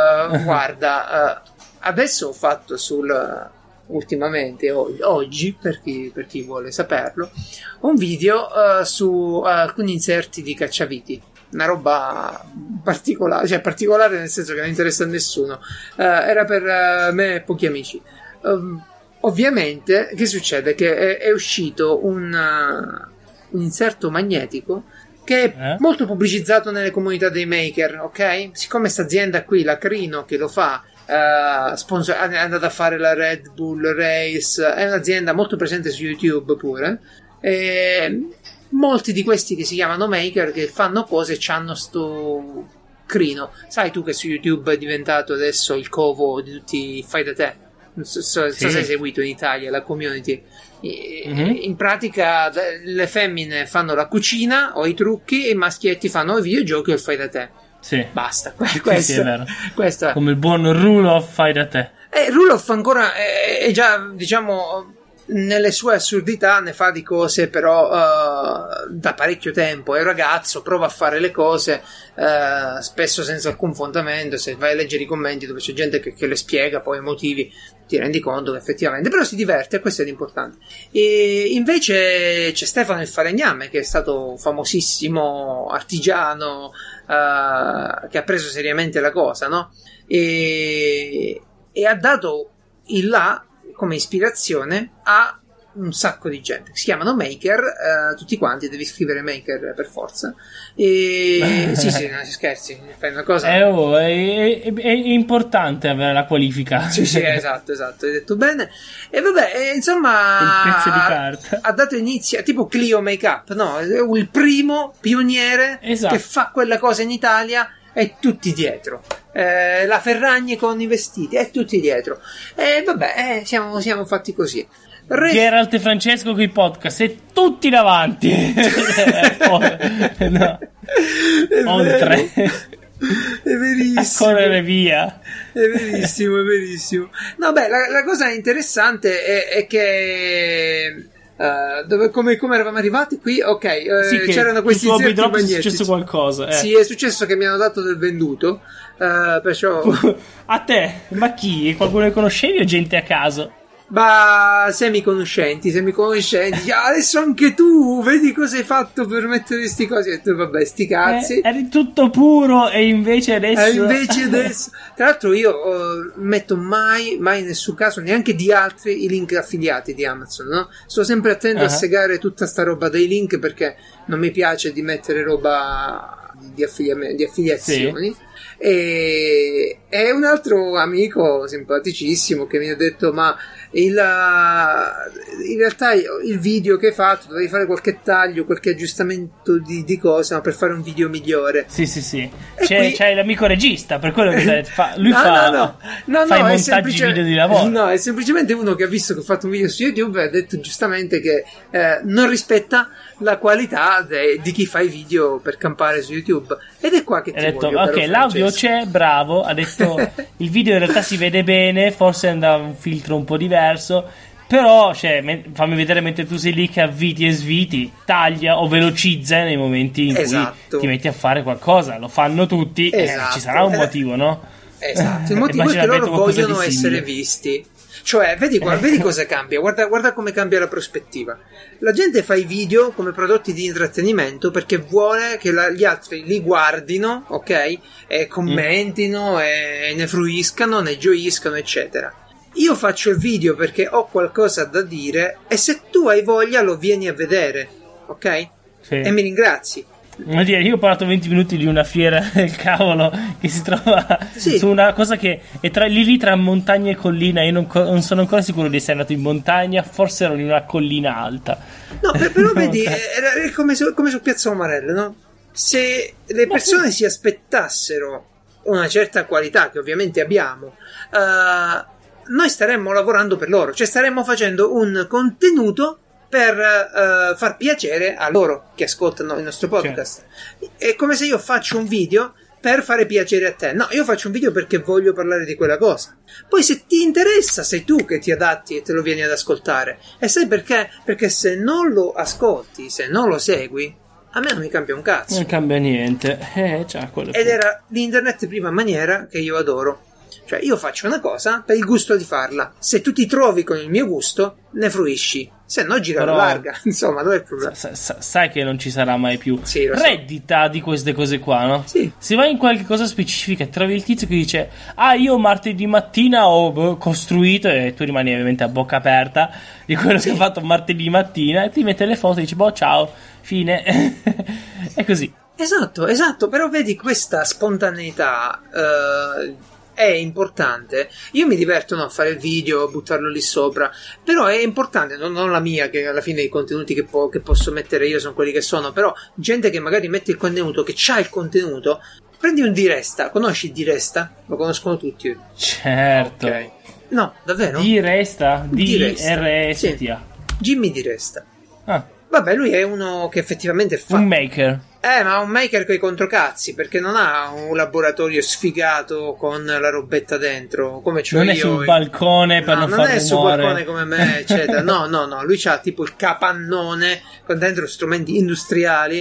Guarda, adesso ho fatto ultimamente, oggi, per chi vuole saperlo, un video su alcuni inserti di cacciaviti, una roba particolare, cioè particolare nel senso che non interessa a nessuno, era per me e pochi amici. Ovviamente che succede? Che è uscito un inserto magnetico che è molto pubblicizzato nelle comunità dei maker, ok? Siccome sta azienda qui, la Crino, che lo fa, è andata a fare la Red Bull Race, è un'azienda molto presente su YouTube pure, e molti di questi che si chiamano maker, che fanno cose, c'hanno sto Crino. Sai tu che su YouTube è diventato adesso il covo di tutti i fai da te, non so se hai seguito in Italia la community. In pratica le femmine fanno la cucina o i trucchi e i maschietti fanno i videogiochi o il fai da te. Sì. Basta, sì, è vero. Questo è. Come il buon rule of fai da te. Rule of ancora è già, diciamo, nelle sue assurdità ne fa di cose però da parecchio tempo. È un ragazzo, prova a fare le cose spesso senza alcun fondamento. Se vai a leggere i commenti dove c'è gente che le spiega poi i motivi, ti rendi conto che effettivamente però si diverte, e questo è l'importante. E invece c'è Stefano il Falegname, che è stato famosissimo artigiano, che ha preso seriamente la cosa, no? E ha dato il là come ispirazione a un sacco di gente. Si chiamano maker, tutti quanti, devi scrivere maker per forza. E sì, non si scherzi, fai una cosa. È importante avere la qualifica. Sì, esatto, hai detto bene. E vabbè, insomma, il pezzo di carta ha dato inizio, tipo Clio Makeup, no? Il primo pioniere che fa quella cosa in Italia, e tutti dietro. La Ferragni con i vestiti, e tutti dietro. E vabbè, siamo fatti così. Geralt e Francesco con i podcast e tutti davanti. No. Oltre. È verissimo. A correre via. È verissimo. No, beh, la cosa interessante è che come eravamo arrivati qui? Ok, sì, c'erano questi inserti magnetici. È successo qualcosa. Sì, è successo che mi hanno dato del venduto. Perciò a te? Ma chi? Qualcuno che conoscevi o gente a caso? Ma semi-conoscenti. Adesso anche tu vedi cosa hai fatto per mettere sti cosi. E tu, vabbè, sti cazzi. Eri tutto puro e invece adesso. Tra l'altro, io metto mai in nessun caso, neanche di altri, i link affiliati di Amazon, no? Sto sempre attento a segare tutta sta roba dei link, perché non mi piace di mettere roba di affiliazioni. Sì. E un altro amico simpaticissimo che mi ha detto: ma in realtà il video che hai fatto dovevi fare qualche taglio, qualche aggiustamento di cosa, ma per fare un video migliore. Sì. C'è l'amico regista, per quello che fa i montaggi video di lavoro. No, è semplicemente uno che ha visto che ho fatto un video su YouTube e ha detto giustamente che non rispetta la qualità di chi fa i video per campare su YouTube. Ed è qua che ti detto, voglio, ok, l'audio c'è, bravo. Ha detto il video in realtà si vede bene, forse andava un filtro un po' diverso, però fammi vedere mentre tu sei lì che avviti e sviti, taglia o velocizza nei momenti in cui ti metti a fare qualcosa. Lo fanno tutti, ci sarà un motivo, no? Esatto, il motivo è che loro vogliono essere visti. Cioè, vedi cosa cambia, guarda come cambia la prospettiva. La gente fa i video come prodotti di intrattenimento perché vuole che gli altri li guardino, ok? E commentino, e ne fruiscano, ne gioiscano, eccetera. Io faccio il video perché ho qualcosa da dire, e se tu hai voglia lo vieni a vedere, ok? Sì. E mi ringrazi. Io ho parlato 20 minuti di una fiera del cavolo che si trova su una cosa che è lì tra montagna e collina. Io non sono ancora sicuro di essere andato in montagna, forse ero in una collina alta. No, però vedi, è come su Piazza Umarello, no? Se le persone si aspettassero una certa qualità, che ovviamente abbiamo, noi staremmo lavorando per loro, cioè staremmo facendo un contenuto per far piacere a loro che ascoltano il nostro podcast. È come se io faccio un video per fare piacere a te. No, io faccio un video perché voglio parlare di quella cosa. Poi se ti interessa, sei tu che ti adatti e te lo vieni ad ascoltare. E sai perché? Perché se non lo ascolti, se non lo segui, a me non mi cambia un cazzo. Non cambia niente. Era l'internet prima maniera che io adoro. Cioè, io faccio una cosa per il gusto di farla. Se tu ti trovi con il mio gusto, ne fruisci. Se no, gira la larga. Insomma, dov'è il problema? Sai che non ci sarà mai più. Sì, reddita di queste cose qua, no? Sì. Se vai in qualche cosa specifica e trovi il tizio che dice: io martedì mattina ho costruito, e tu rimani ovviamente a bocca aperta di quello che ha fatto martedì mattina, e ti mette le foto e dici: ciao, fine. È così. Esatto. Però vedi, questa spontaneità è importante. Io mi diverto a fare il video, a buttarlo lì sopra, però è importante, non la mia, che alla fine i contenuti che posso mettere io sono quelli che sono, però gente che magari mette il contenuto, che c'ha il contenuto. Prendi un Diresta, conosci Diresta? Lo conoscono tutti. Certo. Okay. No, davvero? Diresta? D-R-S-T-A. Jimmy Diresta. Vabbè, lui è uno che effettivamente fa... Un maker. Ma un maker coi controcazzi, perché non ha un laboratorio sfigato con la robetta dentro, come c'ho non io. È sul balcone per non far rumore. Non è sul balcone come me, eccetera. No, lui c'ha tipo il capannone con dentro strumenti industriali,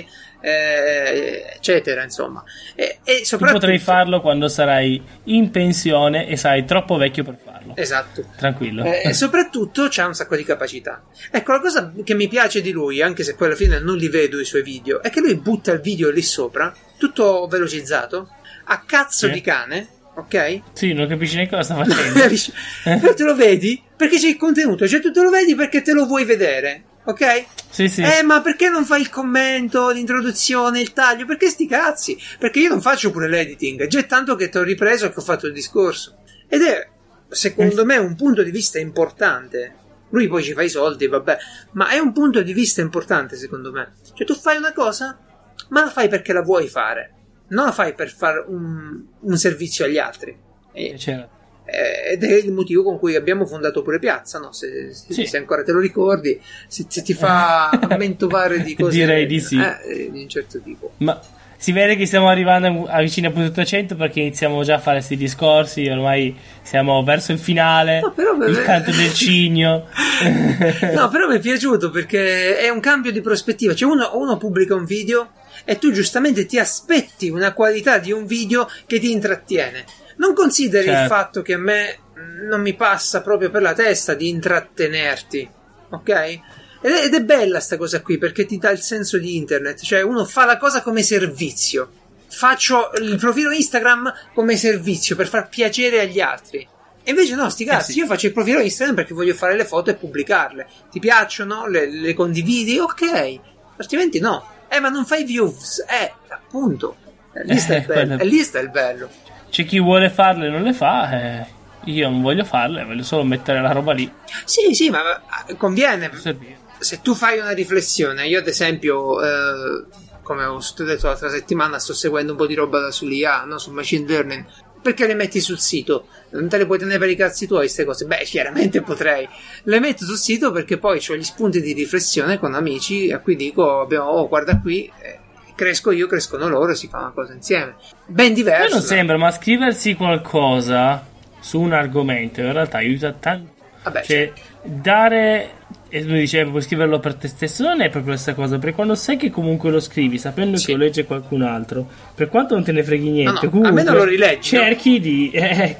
eccetera, insomma. E soprattutto... Tu potrai farlo quando sarai in pensione e sarai troppo vecchio per farlo. Esatto. Tranquillo. E soprattutto c'ha un sacco di capacità. Ecco, la cosa che mi piace di lui, anche se poi alla fine non li vedo i suoi video, è che lui butta il video lì sopra, tutto velocizzato, a cazzo di cane, ok? Sì, non capisci neanche cosa sta facendo. Però te lo vedi perché c'è il contenuto, cioè tu te lo vedi perché te lo vuoi vedere, ok? Sì. Ma perché non fai il commento, l'introduzione, il taglio? Perché sti cazzi? Perché io non faccio pure l'editing, già è tanto che ti ho ripreso che ho fatto il discorso. Ed è, secondo me, un punto di vista importante. Lui poi ci fa i soldi, vabbè, ma è un punto di vista importante, secondo me. Cioè, tu fai una cosa, ma la fai perché la vuoi fare, non la fai per fare un servizio agli altri. Certo. Ed è il motivo con cui abbiamo fondato pure Piazza, no? Se ancora te lo ricordi, se ti fa mentovare di cose, direi di sì, di un certo tipo. Ma si vede che stiamo arrivando a vicino a punto 800 perché iniziamo già a fare questi discorsi, ormai siamo verso il finale, il canto del cigno. No, però mi è piaciuto perché è un cambio di prospettiva, cioè uno pubblica un video e tu giustamente ti aspetti una qualità di un video che ti intrattiene. Non consideri il fatto che a me non mi passa proprio per la testa di intrattenerti, ok? Ed è bella sta cosa qui perché ti dà il senso di internet, cioè uno fa la cosa come servizio. Faccio il profilo Instagram come servizio per far piacere agli altri. E invece no, sti cazzi, io faccio il profilo Instagram perché voglio fare le foto e pubblicarle. Ti piacciono? Le condividi? Ok. Altrimenti no. Ma non fai views. Appunto. Lì sta il bello. C'è chi vuole farle e non le fa. Io non voglio farle, voglio solo mettere la roba lì. Sì, ma conviene. Se tu fai una riflessione, io ad esempio, come ho detto l'altra settimana, sto seguendo un po' di roba sull'IA, no? Sul machine learning. Perché le metti sul sito? Non te le puoi tenere per i cazzi tuoi queste cose? Beh, chiaramente potrei. Le metto sul sito perché poi ho gli spunti di riflessione con amici a cui dico, guarda qui, cresco io, crescono loro, si fa una cosa insieme. Ben diverso. Non sembra, ma scriversi qualcosa su un argomento in realtà aiuta tanto. Vabbè, cioè, dare... E lui diceva, puoi scriverlo per te stesso, non è proprio questa cosa, perché quando sai che comunque lo scrivi sapendo che lo legge qualcun altro, per quanto non te ne freghi niente, comunque almeno lo rileggi, cerchi di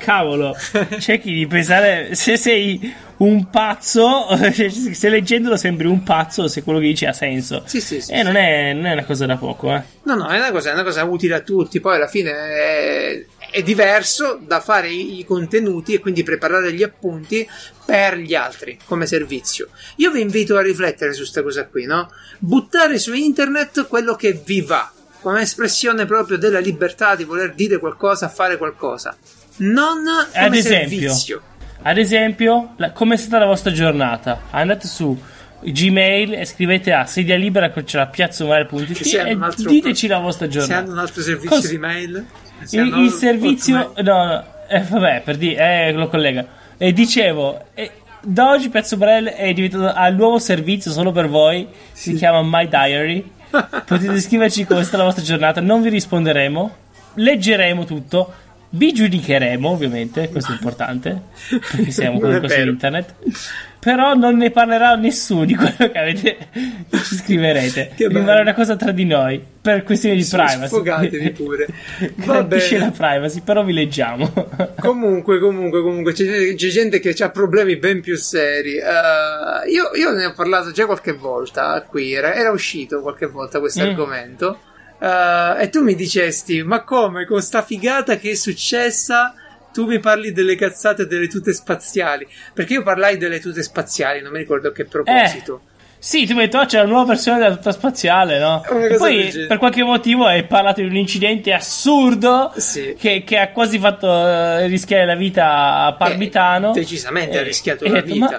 cerchi di pensare se sei un pazzo, se leggendolo sembri un pazzo, se quello che dici ha senso. Sì. Non è una cosa da poco, No, è una cosa utile a tutti. Poi alla fine è diverso da fare i contenuti e quindi preparare gli appunti per gli altri come servizio. Io vi invito a riflettere su questa cosa qui, no? Buttare su internet quello che vi va, come espressione proprio della libertà di voler dire qualcosa, fare qualcosa, non come servizio. Ad esempio, come è stata la vostra giornata? Andate su Gmail e scrivete a sedialibera@piazzumare.it e diteci la vostra giornata. Se hanno un altro servizio di mail, il servizio vabbè, per dire lo collega. E dicevo, da oggi Piazza Umbrella è diventato al nuovo servizio solo per voi, si chiama My Diary. Potete scriverci come è stata la vostra giornata, non vi risponderemo, leggeremo tutto, vi giudicheremo ovviamente, questo è importante perché siamo comunque su internet, però non ne parlerà nessuno di quello che ci scriverete. Rimarrà una cosa tra di noi per questioni di privacy. Sfogatevi pure. Garantisce la privacy, però vi leggiamo. Comunque c'è gente che ha problemi ben più seri. Io ne ho parlato già qualche volta qui, era uscito qualche volta questo argomento. E tu mi dicesti, ma come, con sta figata che è successa tu mi parli delle cazzate delle tute spaziali? Perché io parlai delle tute spaziali, non mi ricordo a che proposito. Sì, tu mi hai detto c'è la nuova versione della tuta spaziale, no? E poi per qualche motivo hai parlato di un incidente assurdo che ha quasi fatto rischiare la vita a Parmitano. Decisamente ha rischiato la vita.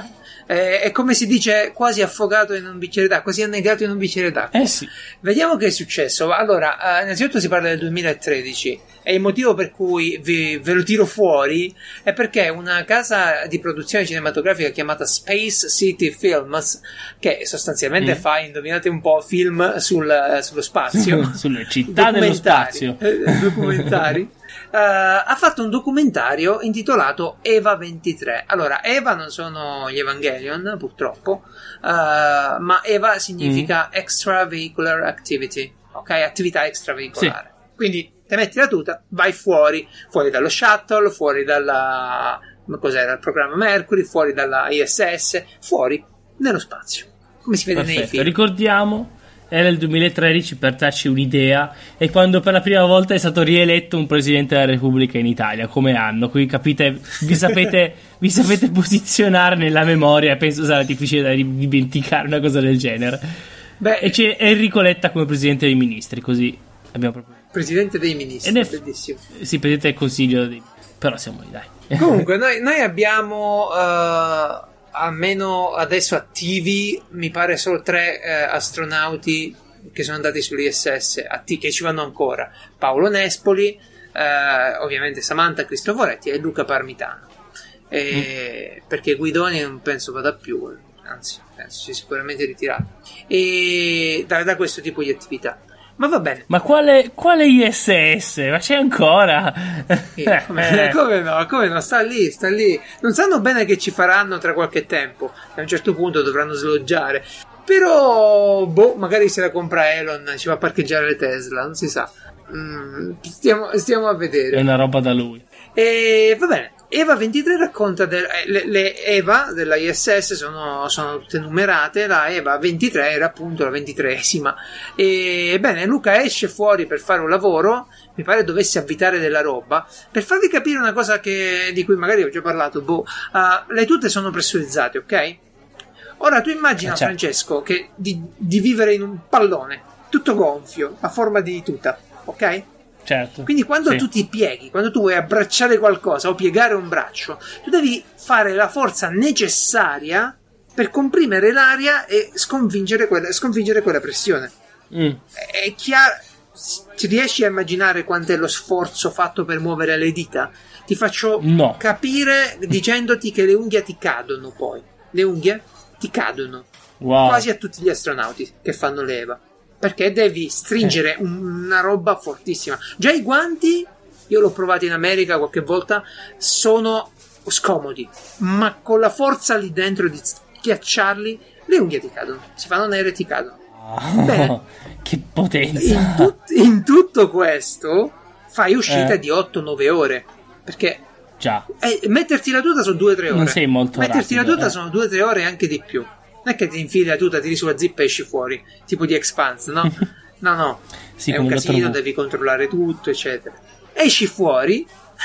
È come si dice, quasi affogato in un bicchiere d'acqua, quasi annegato in un bicchiere d'acqua. Sì. Vediamo che è successo. Allora, innanzitutto si parla del 2013 e il motivo per cui ve lo tiro fuori è perché una casa di produzione cinematografica chiamata Space City Films, che sostanzialmente fa, indovinate un po', film sullo spazio, sulle città dello spazio, documentari. Ha fatto un documentario intitolato Eva 23. Allora, Eva non sono gli Evangelion, purtroppo, ma Eva significa Extravehicular Activity, ok? Attività extraveicolare. Sì. Quindi te metti la tuta, vai fuori dallo shuttle, fuori dal programma Mercury, fuori dalla ISS, fuori nello spazio, come si vede nei film. Ricordiamo, era il 2013, per darci un'idea, e quando per la prima volta è stato rieletto un presidente della Repubblica in Italia, come anno, qui capite, vi sapete posizionare nella memoria, penso sarà difficile da dimenticare una cosa del genere. E c'è Enrico Letta come presidente dei ministri, così abbiamo proprio... Presidente dei ministri, bellissimo. Sì, presidente del consiglio però siamo lì, dai. Comunque noi abbiamo almeno adesso attivi, mi pare solo 3 astronauti che sono andati sull'ISS, che ci vanno ancora: Paolo Nespoli, ovviamente Samantha Cristoforetti e Luca Parmitano, perché Guidoni non penso vada più, anzi penso sia sicuramente ritirato e da questo tipo di attività. Ma va bene. Ma quale ISS? Ma c'è ancora? Come no? Sta lì. Non sanno bene che ci faranno tra qualche tempo. A un certo punto dovranno sloggiare. Però, magari se la compra Elon, ci va a parcheggiare le Tesla, non si sa. Stiamo a vedere. È una roba da lui. E va bene. Eva 23 racconta le Eva della ISS sono tutte numerate, la Eva 23 era appunto la 23esima. E bene, Luca esce fuori per fare un lavoro, mi pare dovesse avvitare della roba. Per farvi capire una cosa di cui magari ho già parlato, le tute sono pressurizzate, ok? Ora tu immagina, Francesco, che di vivere in un pallone tutto gonfio a forma di tuta, ok? Certo. Quindi quando tu ti pieghi, quando tu vuoi abbracciare qualcosa o piegare un braccio, tu devi fare la forza necessaria per comprimere l'aria e sconfiggere quella pressione. È chiaro? Ti riesci a immaginare quanto è lo sforzo fatto per muovere le dita? Ti faccio capire dicendoti che le unghie ti cadono poi. Le unghie ti cadono. Wow. Quasi a tutti gli astronauti che fanno l'EVA. Perché devi stringere una roba fortissima. Già i guanti, io l'ho provato in America qualche volta, sono scomodi, ma con la forza lì dentro di schiacciarli, le unghie ti cadono, si fanno nere e ti cadono. Bene, che potenza! In tutto questo fai uscita di 8-9 ore, perché metterti la tuta sono 2-3 ore. Non sei molto metterti rapido, la tuta sono 2-3 ore e anche di più. Non è che ti infili la tuta, tiri sulla zippa e esci fuori, tipo di Expanse, no? No. Sì, è un casino, devi controllare tutto, eccetera. Esci fuori,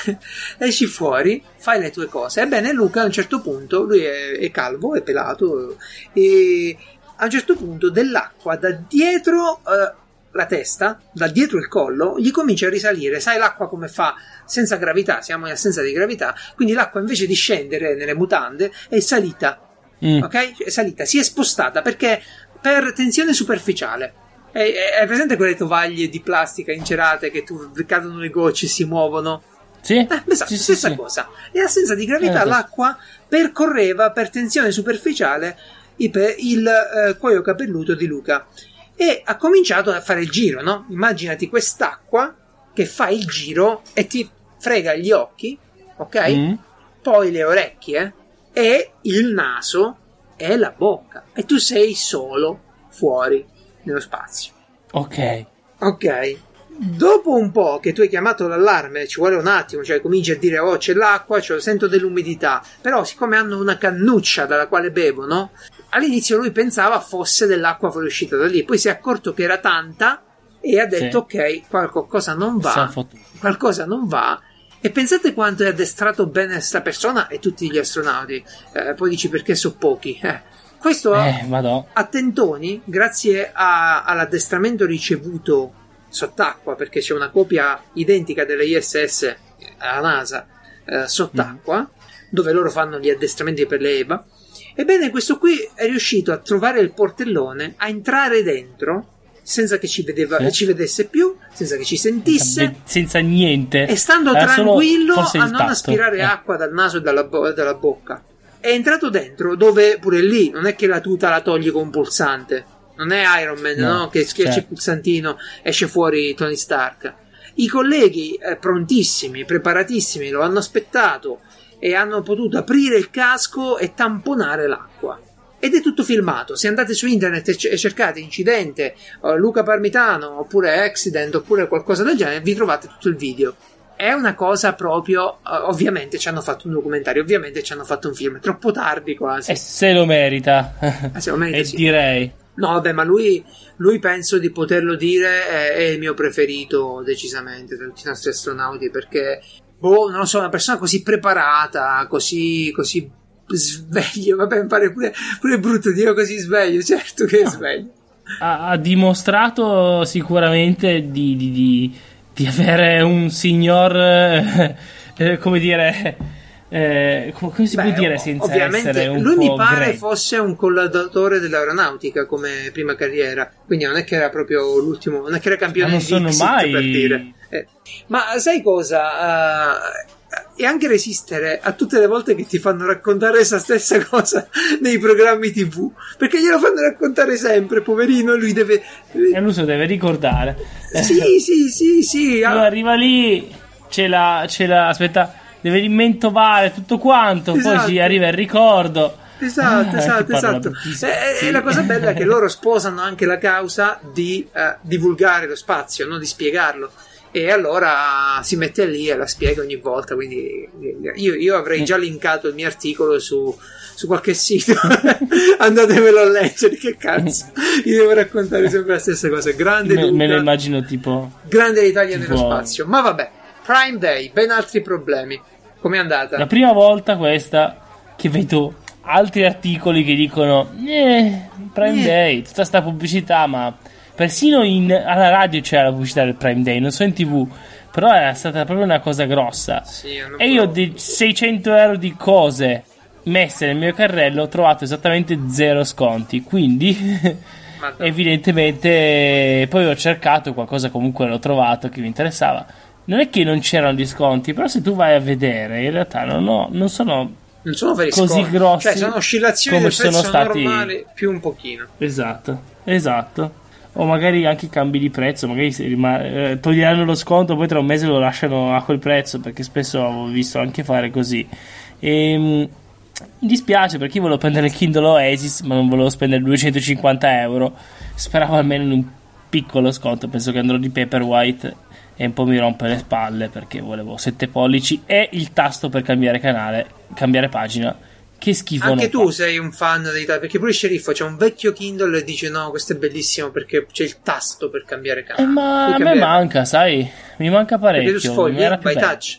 fai le tue cose. Ebbene, Luca a un certo punto, lui è calvo, è pelato, e a un certo punto dell'acqua da dietro la testa, da dietro il collo, gli comincia a risalire. Sai l'acqua come fa? Senza gravità, siamo in assenza di gravità, quindi l'acqua invece di scendere nelle mutande è salita. Ok? È salita, si è spostata perché per tensione superficiale. È presente quelle tovaglie di plastica incerate che cadono le gocce e si muovono? Sì. Stessa cosa. E assenza di gravità l'acqua percorreva per tensione superficiale il cuoio capelluto di Luca e ha cominciato a fare il giro, no? Immaginati quest'acqua che fa il giro e ti frega gli occhi, ok? Poi le orecchie e il naso e la bocca e tu sei solo fuori nello spazio. Ok. Dopo un po' che tu hai chiamato l'allarme, ci vuole un attimo, cioè cominci a dire c'è l'acqua, sento dell'umidità, però siccome hanno una cannuccia dalla quale bevono, all'inizio lui pensava fosse dell'acqua fuoriuscita da lì, poi si è accorto che era tanta e ha detto ok, qualcosa non va. E pensate quanto è addestrato bene sta persona e tutti gli astronauti. Poi dici perché sono pochi. Questo a tentoni, grazie all'addestramento ricevuto sott'acqua, perché c'è una copia identica delle ISS alla NASA sott'acqua, dove loro fanno gli addestramenti per le EVA, Ebbene, questo qui è riuscito a trovare il portellone, a entrare dentro senza che ci vedesse più, senza che ci sentisse, senza niente, e stando tranquillo a non aspirare acqua dal naso e dalla bocca. È entrato dentro, dove pure lì non è che la tuta la togli con un pulsante, non è Iron Man, no? Che schiaccia il pulsantino, esce fuori Tony Stark. I colleghi prontissimi, preparatissimi, lo hanno aspettato e hanno potuto aprire il casco e tamponare l'acqua. Ed è tutto filmato. Se andate su internet e cercate incidente, Luca Parmitano, oppure accident, oppure qualcosa del genere, vi trovate tutto il video. È una cosa proprio, ovviamente ci hanno fatto un documentario, ovviamente ci hanno fatto un film, troppo tardi quasi. E se lo merita. Se lo merita, sì. Direi. No, vabbè, ma lui penso di poterlo dire, è il mio preferito decisamente tra tutti i nostri astronauti, perché, non lo so, una persona così preparata, così sveglio, vabbè, mi pare pure brutto dire così sveglio, certo che è sveglio. Ha dimostrato sicuramente di avere un signor, come dire, come si può dire senza ovviamente essere un lui po' mi pare grey. fosse un collaudatore dell'aeronautica come prima carriera, quindi non è che era proprio l'ultimo, non è che era campione di Dixit, per dire. Ma sai cosa? E anche resistere a tutte le volte che ti fanno raccontare questa stessa cosa nei programmi TV, perché glielo fanno raccontare sempre, poverino, lui deve e lui se lo deve ricordare. Sì. Lui arriva lì, ce l'ha, aspetta, deve rimentovare tutto quanto, esatto. Poi ci arriva il ricordo. Esatto. E la cosa bella è che loro sposano anche la causa di divulgare lo spazio, non di spiegarlo. E allora si mette lì e la spiega ogni volta. Quindi io avrei già linkato il mio articolo su qualche sito. Andatevelo a leggere, che cazzo. Io devo raccontare sempre la stessa cosa. Grande Luca, me lo immagino tipo grande l'Italia nello spazio. Ma vabbè, Prime Day, ben altri problemi. Com'è andata? La prima volta questa che vedo altri articoli che dicono Prime Day, tutta sta pubblicità, ma persino alla radio c'era la pubblicità del Prime Day, non so in TV, però era stata proprio una cosa grossa. Sì, e io di 600 euro di cose messe nel mio carrello ho trovato esattamente 0 sconti, quindi evidentemente poi ho cercato qualcosa, comunque l'ho trovato che mi interessava. Non è che non c'erano gli sconti, però se tu vai a vedere in realtà non sono veri così sconti, grossi, cioè sono oscillazioni come del prezzo sono stati normali più un pochino. Esatto. O magari anche cambi di prezzo, magari toglieranno lo sconto, poi tra un mese lo lasciano a quel prezzo, perché spesso ho visto anche fare così. Mi dispiace perché io volevo prendere il Kindle Oasis, ma non volevo spendere 250 euro. Speravo almeno in un piccolo sconto. Penso che andrò di Paperwhite e un po' mi rompe le spalle, perché volevo 7 pollici e il tasto per cambiare canale, cambiare pagina. Che schifo. Anche tu sei un fan dei tasti, perché pure Sceriffo c'è un vecchio Kindle e dice no, questo è bellissimo perché c'è il tasto per cambiare canale. Ma a me manca, sai, mi manca parecchio. Perché tu sfogli by touch.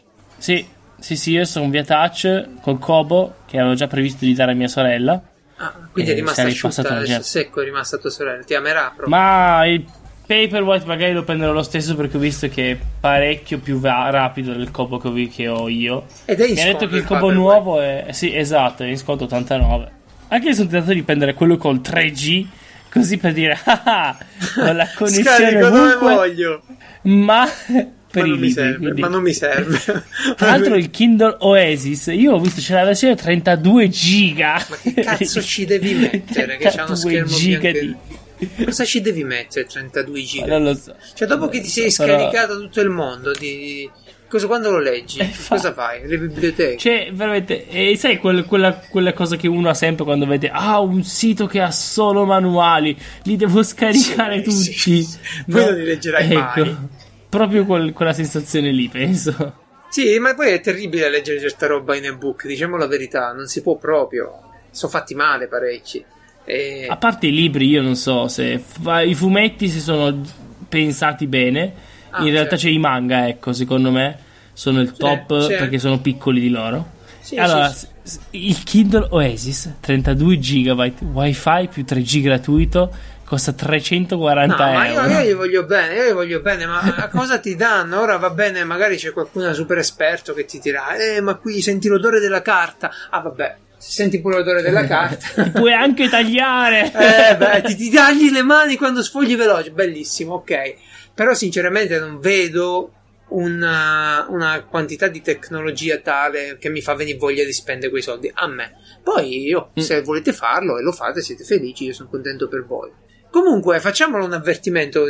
Sì, io sono via touch col Kobo che avevo già previsto di dare a mia sorella. Quindi è rimasta asciutta, secco, è rimasta tua sorella, ti amerà proprio. Ma il Paperwhite magari lo prenderò lo stesso, perché ho visto che è parecchio più rapido del Kobo che ho io. Ed è in mi ha detto che il Kobo nuovo è esatto, è in sconto 89. Anche sono tentato di prendere quello col 3G, così per dire con la connessione dove voglio, ma non mi serve. Tra l'altro il Kindle Oasis, io ho visto c'è la versione 32 giga. Ma che cazzo ci devi mettere? Che c'ha uno schermo bianco. Cosa ci devi mettere 32 giga? Non lo so. Cioè, dopo che ti sei scaricato tutto il mondo, quando lo leggi? Cosa fai? Le biblioteche? Cioè, veramente, sai quella cosa che uno ha sempre quando vede un sito che ha solo manuali, li devo scaricare tutti. Sì. Poi non li leggerai mai. Proprio quella sensazione lì, penso. Sì, ma poi è terribile leggere certa roba in ebook, diciamo la verità, non si può proprio. Sono fatti male parecchi. A parte i libri, io non so se i fumetti si sono pensati bene. In realtà c'è i manga, ecco, secondo me sono il top perché sono piccoli di loro. Allora, il Kindle Oasis 32 GB wifi più 3G gratuito costa 340 euro. Ma io gli voglio bene, ma a cosa ti danno? Ora va bene, magari c'è qualcuno super esperto che ti dirà ma qui senti l'odore della carta. Vabbè, senti pure l'odore della carta. Ti puoi anche tagliare. Ti tagli le mani quando sfogli veloce, bellissimo, ok. Però sinceramente non vedo una quantità di tecnologia tale che mi fa venire voglia di spendere quei soldi a me. Poi se volete farlo e lo fate, siete felici, io sono contento per voi. Comunque facciamolo un avvertimento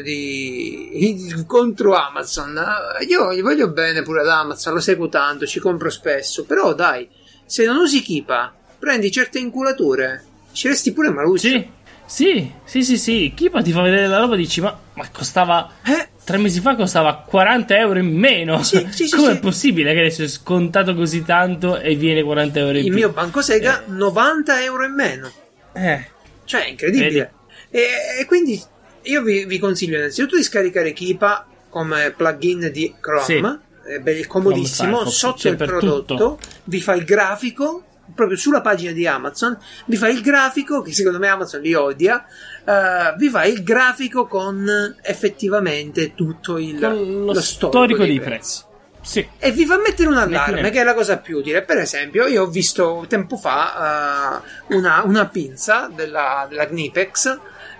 contro Amazon. Io gli voglio bene pure ad Amazon, lo seguo tanto, ci compro spesso, però dai, se non usi Keepa, prendi certe inculature, ci resti pure maluccio. Sì. Keepa ti fa vedere la roba e dici ma costava 3 mesi fa costava 40 euro in meno. Come è possibile che adesso è scontato così tanto e viene 40 euro in più? Il mio banco Sega 90 euro in meno. Cioè è incredibile. E quindi io vi consiglio innanzitutto di scaricare Keepa come plugin di Chrome. È comodissimo. Chrome, sotto il prodotto tutto. Vi fa il grafico proprio sulla pagina di Amazon, vi fa il grafico che secondo me Amazon li odia. Vi fa il grafico con effettivamente tutto lo storico dei prezzi. Sì. E vi fa mettere un allarme, che è la cosa più utile. Per esempio, io ho visto tempo fa una pinza della Knipex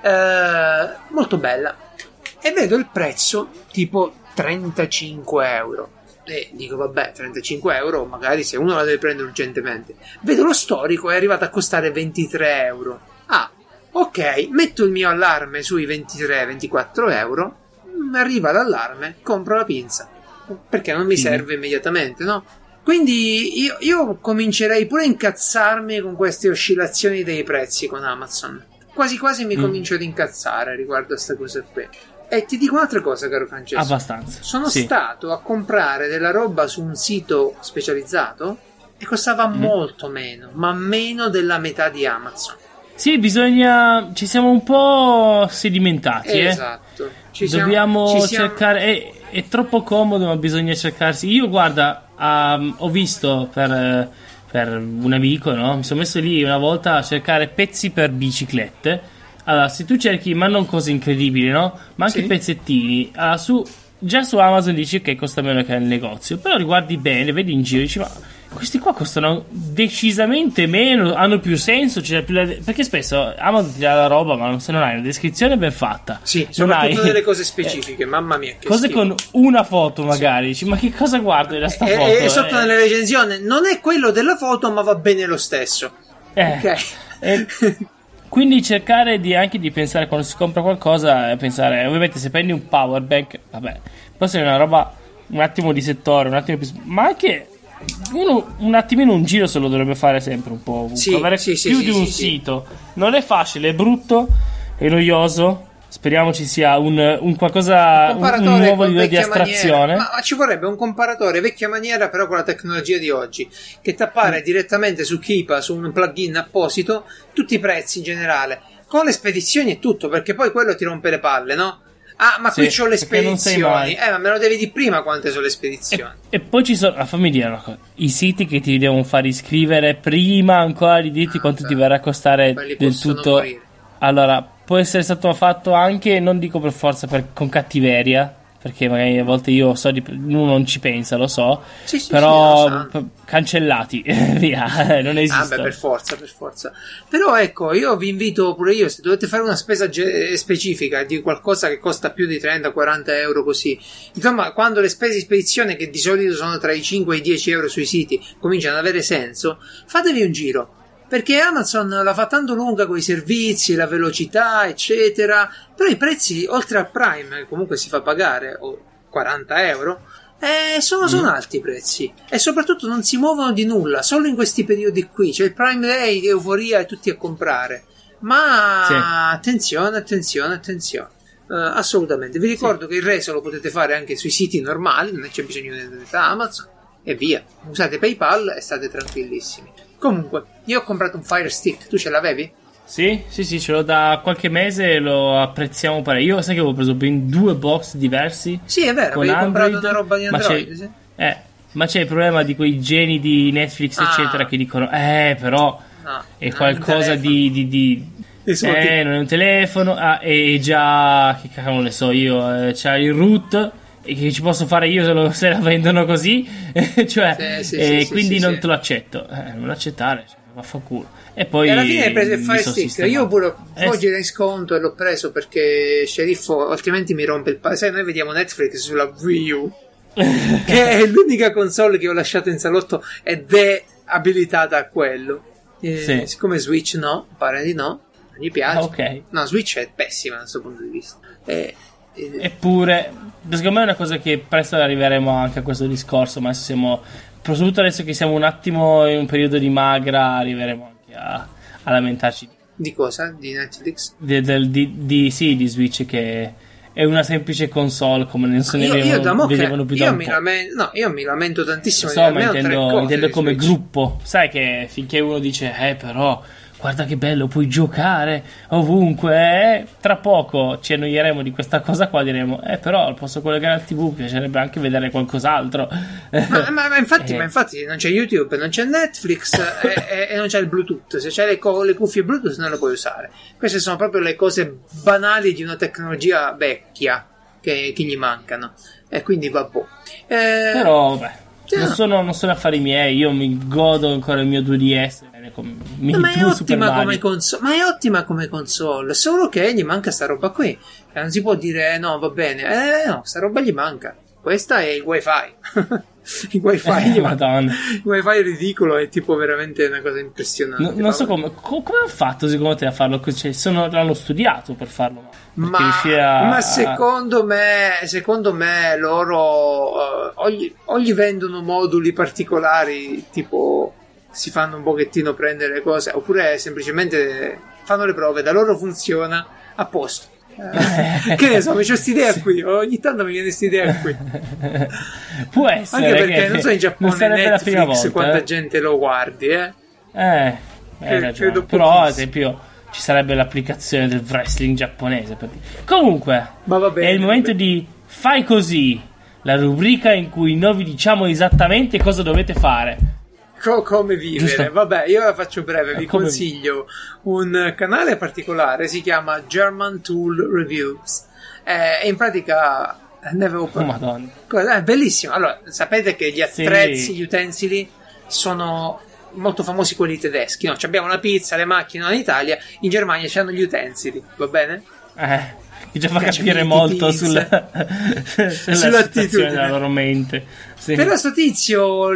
molto bella e vedo il prezzo tipo 35 euro. E dico vabbè, 35 euro magari se uno la deve prendere urgentemente. Vedo lo storico, è arrivato a costare 23 euro. Ok, metto il mio allarme sui 23-24 euro, arriva l'allarme, compro la pinza, perché non mi serve immediatamente, no? Quindi io comincerei pure a incazzarmi con queste oscillazioni dei prezzi con Amazon. Quasi quasi mi comincio ad incazzare riguardo a questa cosa qui. E ti dico un'altra cosa, caro Francesco. Abbastanza. Sono stato a comprare della roba su un sito specializzato e costava molto meno, ma meno della metà di Amazon. Sì, ci siamo un po' sedimentati. Esatto. Dobbiamo cercare. È troppo comodo, ma bisogna cercarsi. Io, guarda, ho visto per un amico, no? Mi sono messo lì una volta a cercare pezzi per biciclette. Allora, se tu cerchi, ma non cose incredibili, no? Ma anche pezzettini. Allora, già su Amazon dici che costa meno che nel negozio, però riguardi bene, vedi in giro e dici ma questi qua costano decisamente meno, hanno più senso, perché spesso Amazon ti dà la roba, ma se non hai una descrizione ben fatta, soprattutto delle cose specifiche, mamma mia, che cose schifo. Con una foto magari, dici ma che cosa guardo da sta foto? E sotto nella recensione non è quello della foto, ma va bene lo stesso. Ok. Quindi cercare anche di pensare quando si compra qualcosa, pensare, ovviamente se prendi un power bank, vabbè, può essere una roba un attimo di settore, un attimo più, ma anche un attimino un giro se lo dovrebbe fare sempre un po', avere più di un sito. Non è facile, è brutto, è noioso. Speriamo ci sia un qualcosa, un nuovo livello di astrazione. Ma ci vorrebbe un comparatore vecchia maniera, però con la tecnologia di oggi, che ti appare direttamente su Keepa, su un plugin apposito, tutti i prezzi in generale, con le spedizioni e tutto, perché poi quello ti rompe le palle, no? Ma qui c'ho le spedizioni. Ma me lo devi di prima quante sono le spedizioni. E poi ci sono, fammi dire una cosa, i siti che ti devono far iscrivere prima ancora di dirti quanto ti verrà a costare del tutto. Morire. Allora, può essere stato fatto anche, non dico per forza con cattiveria, perché magari a volte uno non ci pensa, lo so, però cancellati, via, non esiste. Per forza. Però ecco, io vi invito pure io, se dovete fare una spesa specifica di qualcosa che costa più di 30-40 euro così, insomma, quando le spese di spedizione, che di solito sono tra i 5 e i 10 euro sui siti, cominciano ad avere senso, fatevi un giro. Perché Amazon la fa tanto lunga con i servizi, la velocità, eccetera. Però i prezzi, oltre al Prime, che comunque si fa pagare 40 euro, sono alti i prezzi. E soprattutto non si muovono di nulla, solo in questi periodi qui. C'è il Prime Day, euforia e tutti a comprare. Ma attenzione. Assolutamente. Vi ricordo che il resto lo potete fare anche sui siti normali, non c'è bisogno di andare da Amazon. E via. Usate PayPal e state tranquillissimi. Comunque, io ho comprato un Fire Stick, tu ce l'avevi? Sì, ce l'ho da qualche mese, lo apprezziamo parecchio. Io sai che avevo preso ben 2 box diversi. Sì, è vero, avevi comprato una roba di Android, ma c'è il problema di quei geni di Netflix, eccetera, che dicono, però è qualcosa di non è un telefono, e già, che cavolo ne so io, c'ha il root, e che ci posso fare io se la vendono così, cioè, quindi non te lo accetto, non accettare, vaffanculo. E poi alla fine hai preso il Fire mi sono Stick. sistemato. Io pure oggi ero in sconto e l'ho preso perché sceriffo altrimenti mi rompe il sai, noi vediamo Netflix sulla Wii U che è l'unica console che ho lasciato in salotto ed è abilitata a quello. Sì. Siccome Switch no, pare di no, non gli piace. Ok. No, Switch è pessima dal suo punto di vista. Eppure, secondo me è una cosa che presto arriveremo anche a questo discorso, ma adesso soprattutto adesso che siamo un attimo in un periodo di magra, arriveremo anche a lamentarci. Di cosa? Di Netflix? Di Switch, che è una semplice console come non se ne vedevano più da un po'. Io mi lamento tantissimo. Ma intendo come gruppo. Sai che finché uno dice però guarda che bello, puoi giocare ovunque, tra poco ci annoieremo di questa cosa qua, diremo però al posto collegare al TV piacerebbe anche vedere qualcos'altro. Ma infatti non c'è YouTube, non c'è Netflix e non c'è il Bluetooth. Se c'hai le cuffie Bluetooth non le puoi usare. Queste sono proprio le cose banali di una tecnologia vecchia che gli mancano, e quindi vabbè. Però vabbè, non sono affari miei, io mi godo ancora il mio 2DS. Ma è ottima come console, solo che gli manca sta roba qui. Non si può dire no, va bene, no, sta roba gli manca. Questa è il wifi. Il wifi gli manca. Il wifi è ridicolo, è tipo veramente una cosa impressionante. Non so come hanno fatto secondo te a farlo, cioè, l'hanno studiato per farlo, ma secondo me loro o gli vendono moduli particolari, tipo si fanno un pochettino prendere cose, oppure semplicemente fanno le prove, da loro funziona, a posto. Che ne so, mi c'ho quest'idea qui, ogni tanto mi viene quest'idea qui. Può essere, anche perché non so in Giappone Netflix quanta volta, gente lo guardi, ragione. Però ad esempio ci sarebbe l'applicazione del wrestling giapponese per dire. Comunque è il momento di Fai Così, la rubrica in cui noi vi diciamo esattamente cosa dovete fare. Come vivere. Giusto. Vabbè, io la faccio breve, vi consiglio un canale particolare, si chiama German Tool Reviews, e in pratica ne avevo Madonna. È bellissimo. Allora, sapete che gli attrezzi, gli utensili sono molto famosi, quelli tedeschi, no? Abbiamo la pizza, le macchine, in Italia, in Germania c'hanno gli utensili, va bene? Che già fa capire molto sull'attitudine della loro mente. Sì. Però sto tizio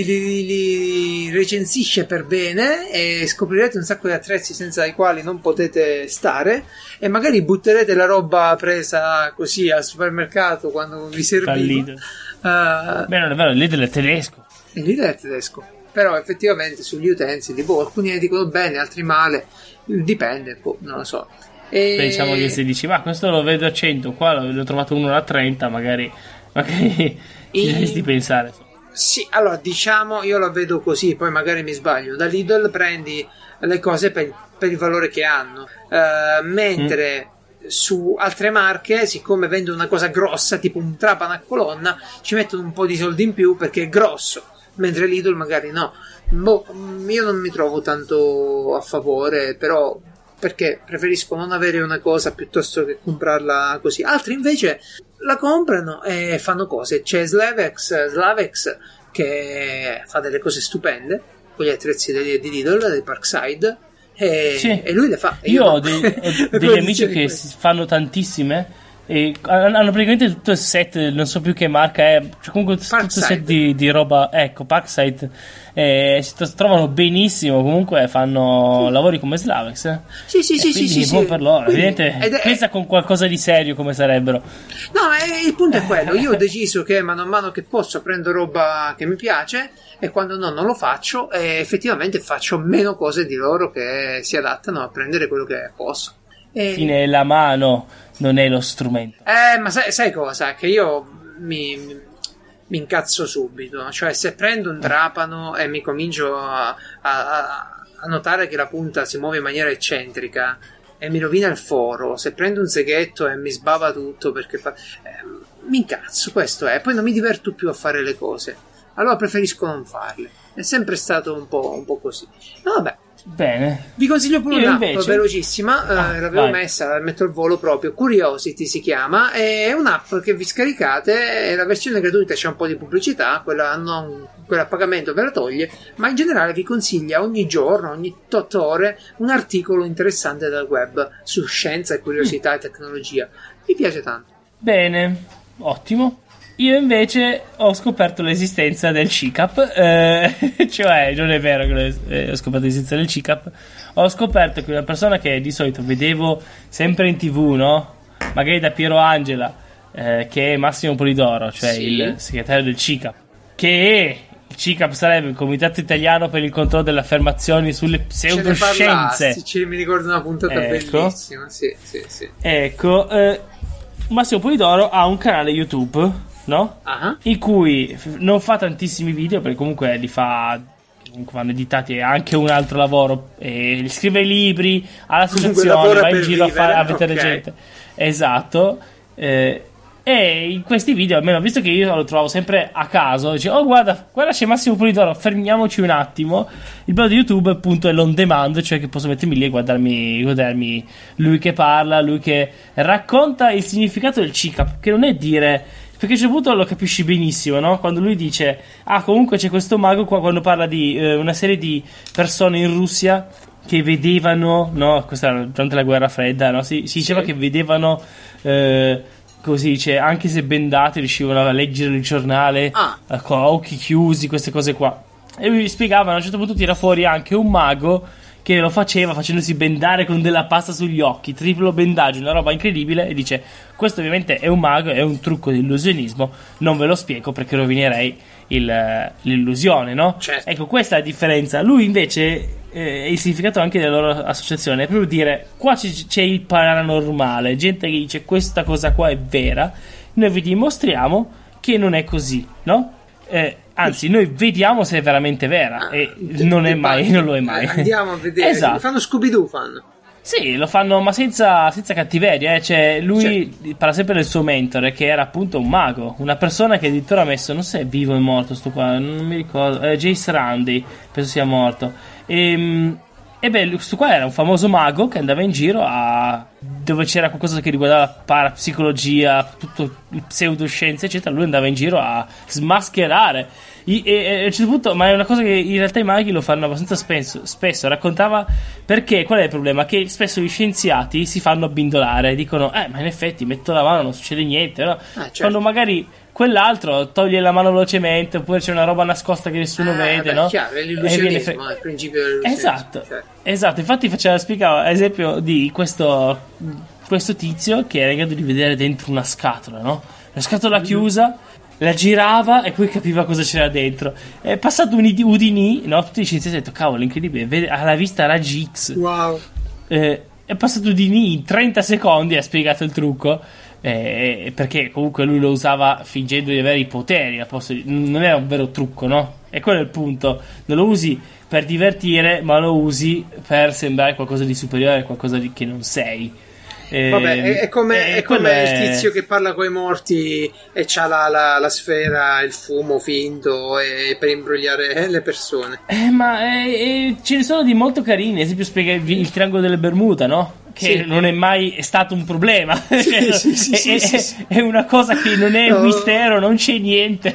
li recensisce per bene e scoprirete un sacco di attrezzi senza i quali non potete stare, e magari butterete la roba presa così al supermercato quando vi serviva. Beh, non è vero, il Lidl è tedesco. Il Lidl è tedesco, però effettivamente sugli utensili alcuni ne dicono bene, altri male, dipende, non lo so. Diciamo che se dici ma questo lo vedo a 100, qua l'ho trovato uno a 30, magari ci dovresti pensare. Sì, allora diciamo, io la vedo così, poi magari mi sbaglio. Da Lidl prendi le cose per il valore che hanno, mentre su altre marche, siccome vendono una cosa grossa tipo un trapano a colonna, ci mettono un po' di soldi in più perché è grosso, mentre Lidl magari no. Io non mi trovo tanto a favore, però, perché preferisco non avere una cosa piuttosto che comprarla così. Altri invece la comprano e fanno cose. C'è Slavex che fa delle cose stupende con gli attrezzi di Lidl, del Parkside, e lui le fa. Io ho degli amici che fanno tantissime e hanno praticamente tutto il set, non so più che marca è, cioè comunque tutto il set di roba, ecco, Parkside, si trovano benissimo, comunque fanno lavori come Slavex. Sì, buon per loro. Evidente, pensa con qualcosa di serio come sarebbero. No, il punto è quello. Io ho deciso che mano a mano che posso prendo roba che mi piace, e quando non lo faccio, e effettivamente faccio meno cose di loro che si adattano a prendere quello che posso. Fine è la mano, non è lo strumento. Ma sai cosa? Che io mi incazzo subito, no? Cioè, se prendo un trapano e mi comincio a notare che la punta si muove in maniera eccentrica e mi rovina il foro, se prendo un seghetto e mi sbava tutto perché mi incazzo, questo è. Poi non mi diverto più a fare le cose, allora preferisco non farle. È sempre stato un po' così. No, vabbè. Bene. Vi consiglio pure Io un'app invece... velocissima, l'avevo vai. messa, la metto al volo proprio, Curiosity si chiama, è un'app che vi scaricate, è la versione gratuita, c'è un po' di pubblicità, quella a pagamento ve la toglie, ma in generale vi consiglia ogni giorno, ogni 8 ore, un articolo interessante dal web su scienza e curiosità e tecnologia. Mi piace tanto. Bene, ottimo. Io invece ho scoperto l'esistenza del CICAP, cioè non è vero che ho scoperto l'esistenza del CICAP, ho scoperto che una persona che di solito vedevo sempre in TV, no? Magari da Piero Angela, che è Massimo Polidoro, cioè sì, il segretario del CICAP, che il CICAP sarebbe il Comitato Italiano per il controllo delle affermazioni sulle pseudoscienze. Mi ricordo una puntata bellissima, sì. Ecco, Massimo Polidoro ha un canale YouTube, no? Uh-huh. In cui non fa tantissimi video, perché comunque li fa, comunque vanno editati, è anche un altro lavoro, e scrive libri all'associazione, va in giro a vedere gente, esatto, e in questi video, almeno visto che io lo trovavo sempre a caso, dice: oh guarda c'è Massimo Polidoro, fermiamoci un attimo. Il bello di YouTube appunto è l'on demand, cioè che posso mettermi lì e godermi lui che parla, lui che racconta il significato del CICAP, che non è dire, perché a un certo punto lo capisci benissimo, no? Quando lui dice: ah, comunque c'è questo mago qua, quando parla di una serie di persone in Russia che vedevano, no? Questa era durante la guerra fredda, no? Si diceva che vedevano, così dice, anche se bendati riuscivano a leggere il giornale con occhi chiusi, queste cose qua. E lui spiegava, a un certo punto tira fuori anche un mago che lo faceva facendosi bendare con della pasta sugli occhi, triplo bendaggio, una roba incredibile, e dice: questo ovviamente è un mago, è un trucco di illusionismo, non ve lo spiego perché rovinerei l'illusione, no? Certo. Ecco, questa è la differenza. Lui invece, il significato anche della loro associazione è proprio dire: qua c'è il paranormale, gente che dice questa cosa qua è vera, noi vi dimostriamo che non è così, no? Anzi, noi vediamo se è veramente vera, e non lo è mai. Andiamo a vedere. Esatto. Fanno Scooby-Doo, fanno. Sì, lo fanno, ma senza cattiveria, Cioè, lui parla sempre del suo mentore, che era appunto un mago, una persona che addirittura ha messo, non so se è vivo o è morto sto qua, non mi ricordo, Jace Randi, penso sia morto. E beh, questo qua era un famoso mago che andava in giro dove c'era qualcosa che riguardava parapsicologia, tutto pseudoscienze, eccetera. Lui andava in giro a smascherare. E a un certo punto, ma è una cosa che in realtà i maghi lo fanno abbastanza spesso. Raccontava perché, qual è il problema? Che spesso gli scienziati si fanno abbindolare, dicono: ma in effetti metto la mano, non succede niente, no? Certo. Quando magari quell'altro toglie la mano velocemente, oppure c'è una roba nascosta che nessuno vede, no? Chiaro, è l'illusionismo, è il principio dell'illusionismo. Esatto, infatti spiegava l'esempio di questo tizio che era in grado di vedere dentro una scatola, no? La scatola chiusa, la girava e poi capiva cosa c'era dentro. È passato un udinì, no? Tutti gli scienziati hanno detto: cavolo, incredibile, ha la vista raggi X. Wow. È passato udinì in 30 secondi, ha spiegato il trucco. Perché comunque lui lo usava fingendo di avere i poteri, non era un vero trucco, no? E quello è il punto, non lo usi per divertire, ma lo usi per sembrare qualcosa di superiore, qualcosa che non sei. Vabbè, è come il tizio che parla coi morti e c'ha la sfera, il fumo finto per imbrogliare le persone. Ma ce ne sono di molto carini, ad esempio spiega il triangolo delle Bermuda, no? Che non è mai stato un problema. È una cosa che non è un mistero, non c'è niente.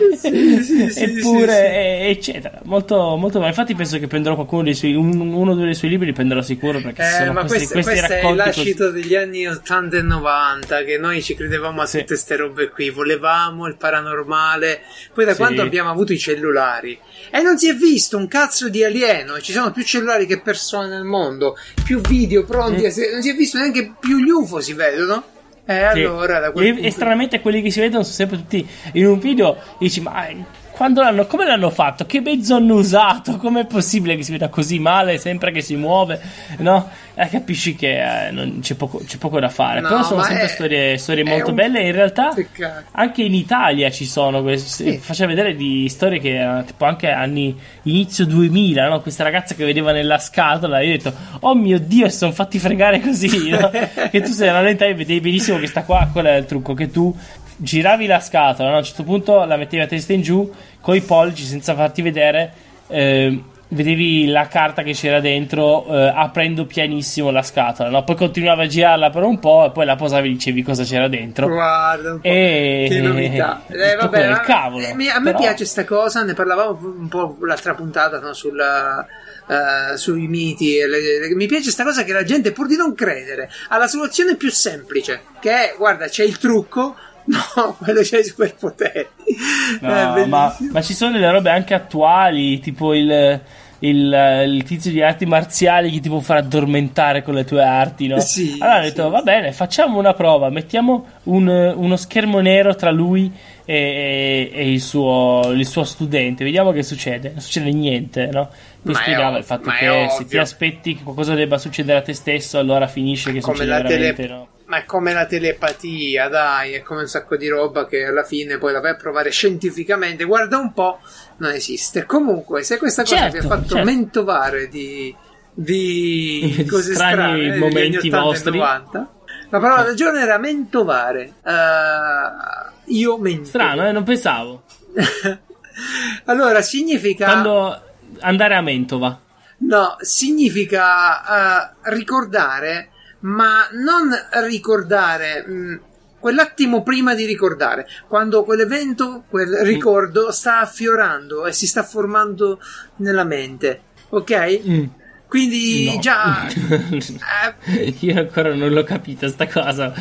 Eppure, eccetera. Molto, molto bello. Infatti penso che prenderò uno o due dei suoi libri, li prenderò sicuro, perché sono questi racconti. È l'ascito degli anni 80 e 90, che noi ci credevamo a tutte queste robe qui, volevamo il paranormale. Poi da quando abbiamo avuto i cellulari e non si è visto un cazzo di alieno, e ci sono più cellulari che persone nel mondo, più video pronti, non si è visto neanche più gli UFO, si vedono. Allora da quel punto... E stranamente quelli che si vedono sono sempre tutti in un video, dici: ma come l'hanno fatto? Che mezzo hanno usato? Com'è possibile che si veda così male sempre che si muove? No? Capisci che c'è poco da fare. Però sono sempre storie molto belle, e in realtà anche in Italia ci sono queste. Faceva vedere di storie che erano tipo anche anni inizio 2000, no? Questa ragazza che vedeva nella scatola, io ho detto: oh mio Dio, si sono fatti fregare così, no? Che tu sei una lenta e vedevi benissimo che sta qua. Quello è il trucco, che tu giravi la scatola, no? A un certo punto la mettevi a testa in giù coi pollici senza farti vedere, vedevi la carta che c'era dentro aprendo pianissimo la scatola, no? Poi continuava a girarla per un po' e poi la posavi e dicevi cosa c'era dentro. Guarda un po', che novità. Vabbè, il cavolo. A me piace sta cosa, ne parlavamo un po' l'altra puntata, no? Sui miti. Mi piace sta cosa che la gente, pur di non credere, ha la soluzione più semplice, che è, guarda, c'è il trucco. No, quello c'è i superpoteri. No, ma ci sono delle robe anche attuali, tipo il tizio di arti marziali che ti può far addormentare con le tue arti, no? Sì, allora ho detto, va bene, facciamo una prova, mettiamo uno schermo nero tra lui e il suo studente, vediamo che succede. Non succede niente, no? Poi spiegava il fatto che se ti aspetti che qualcosa debba succedere a te stesso, allora finisce che succede veramente, no? Ma è come la telepatia, dai, è come un sacco di roba che alla fine poi la vai a provare scientificamente, guarda un po', non esiste. Comunque, se questa cosa vi ha fatto mentovare di cose strane momenti vostri, 90, la parola del giorno era mentovare. Io mento. Strano, non pensavo. Allora, significa... Quando andare a Mentova. No, significa ricordare, ma non ricordare quell'attimo prima di ricordare, quando quell'evento, quel ricordo sta affiorando e si sta formando nella mente, ok? Quindi no. già io ancora non l'ho capita sta cosa.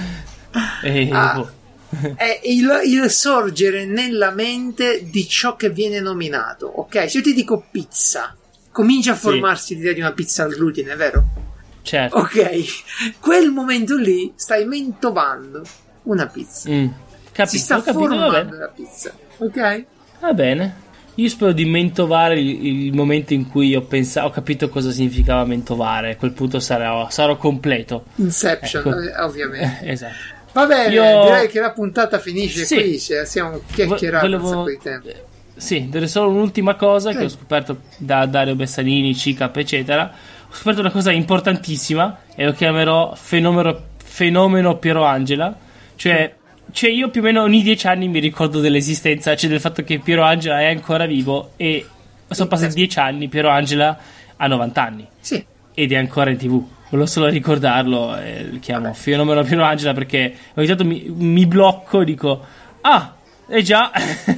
È il sorgere nella mente di ciò che viene nominato, ok? Se io ti dico pizza, comincia a formarsi l'idea di una pizza al glutine, vero? Certo. Ok, quel momento lì stai mentovando una pizza. Capito, si sta formando la pizza, ok? Va bene. Io spero di mentovare il momento in cui ho capito cosa significava mentovare. A quel punto sarò completo. Inception, ecco. Ovviamente. Esatto. Va bene, direi che la puntata finisce qui. Siamo chiacchierati un sacco di tempo. Sì, dire solo un'ultima cosa che ho scoperto da Dario Bessanini, CICAP, eccetera. Ho scoperto una cosa importantissima e lo chiamerò fenomeno Piero Angela. Cioè io più o meno ogni 10 anni mi ricordo dell'esistenza, cioè del fatto che Piero Angela è ancora vivo e sono passati 10 anni, Piero Angela ha 90 anni. Sì. Ed è ancora in TV. Volevo solo ricordarlo, lo chiamo fenomeno Piero Angela perché ogni tanto mi blocco e dico già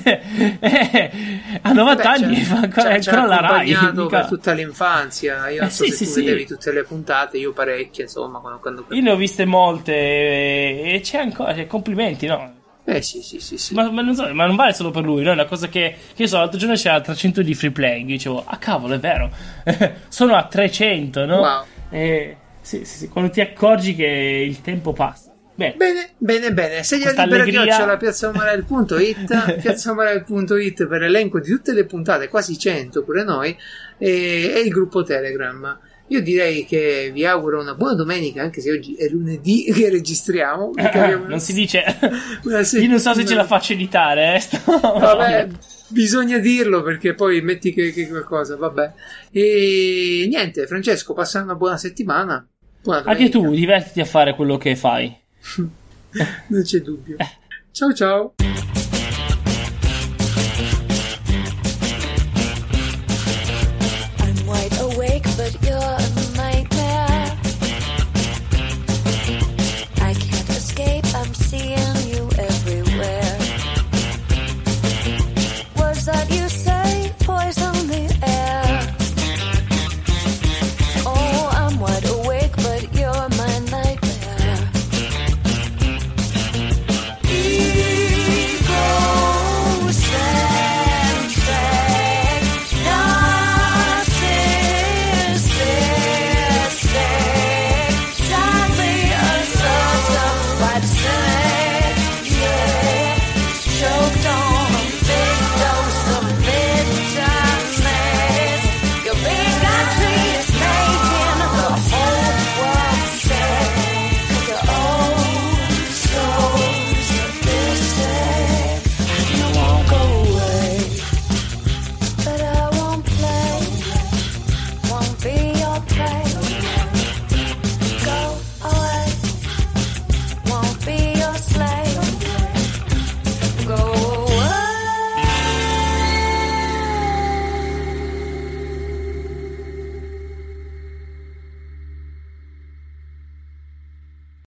a 90 anni fa ancora la Rai per tutta l'infanzia. Io non so se tu vedevi tutte le puntate, io parecchie, insomma, quando... io ne ho viste molte e c'è ancora, complimenti, no? Sì. Ma non so, ma non vale solo per lui, no? È una cosa che io so, l'altro giorno c'era 300 di free playing, io dicevo, cavolo, è vero, sono a 300, no? Wow. Sì, quando ti accorgi che il tempo passa. Bene. Segna libera piazzaomarel.it per elenco di tutte le puntate, quasi 100 pure noi, e il gruppo Telegram. Io direi che vi auguro una buona domenica, anche se oggi è lunedì che registriamo. Non si dice. Io non so se ce la faccio editare. Vabbè, bisogna dirlo perché poi metti che qualcosa, vabbè. E niente, Francesco, passa una buona settimana. Buona domenica. Anche tu, divertiti a fare quello che fai. Non c'è dubbio. Ciao.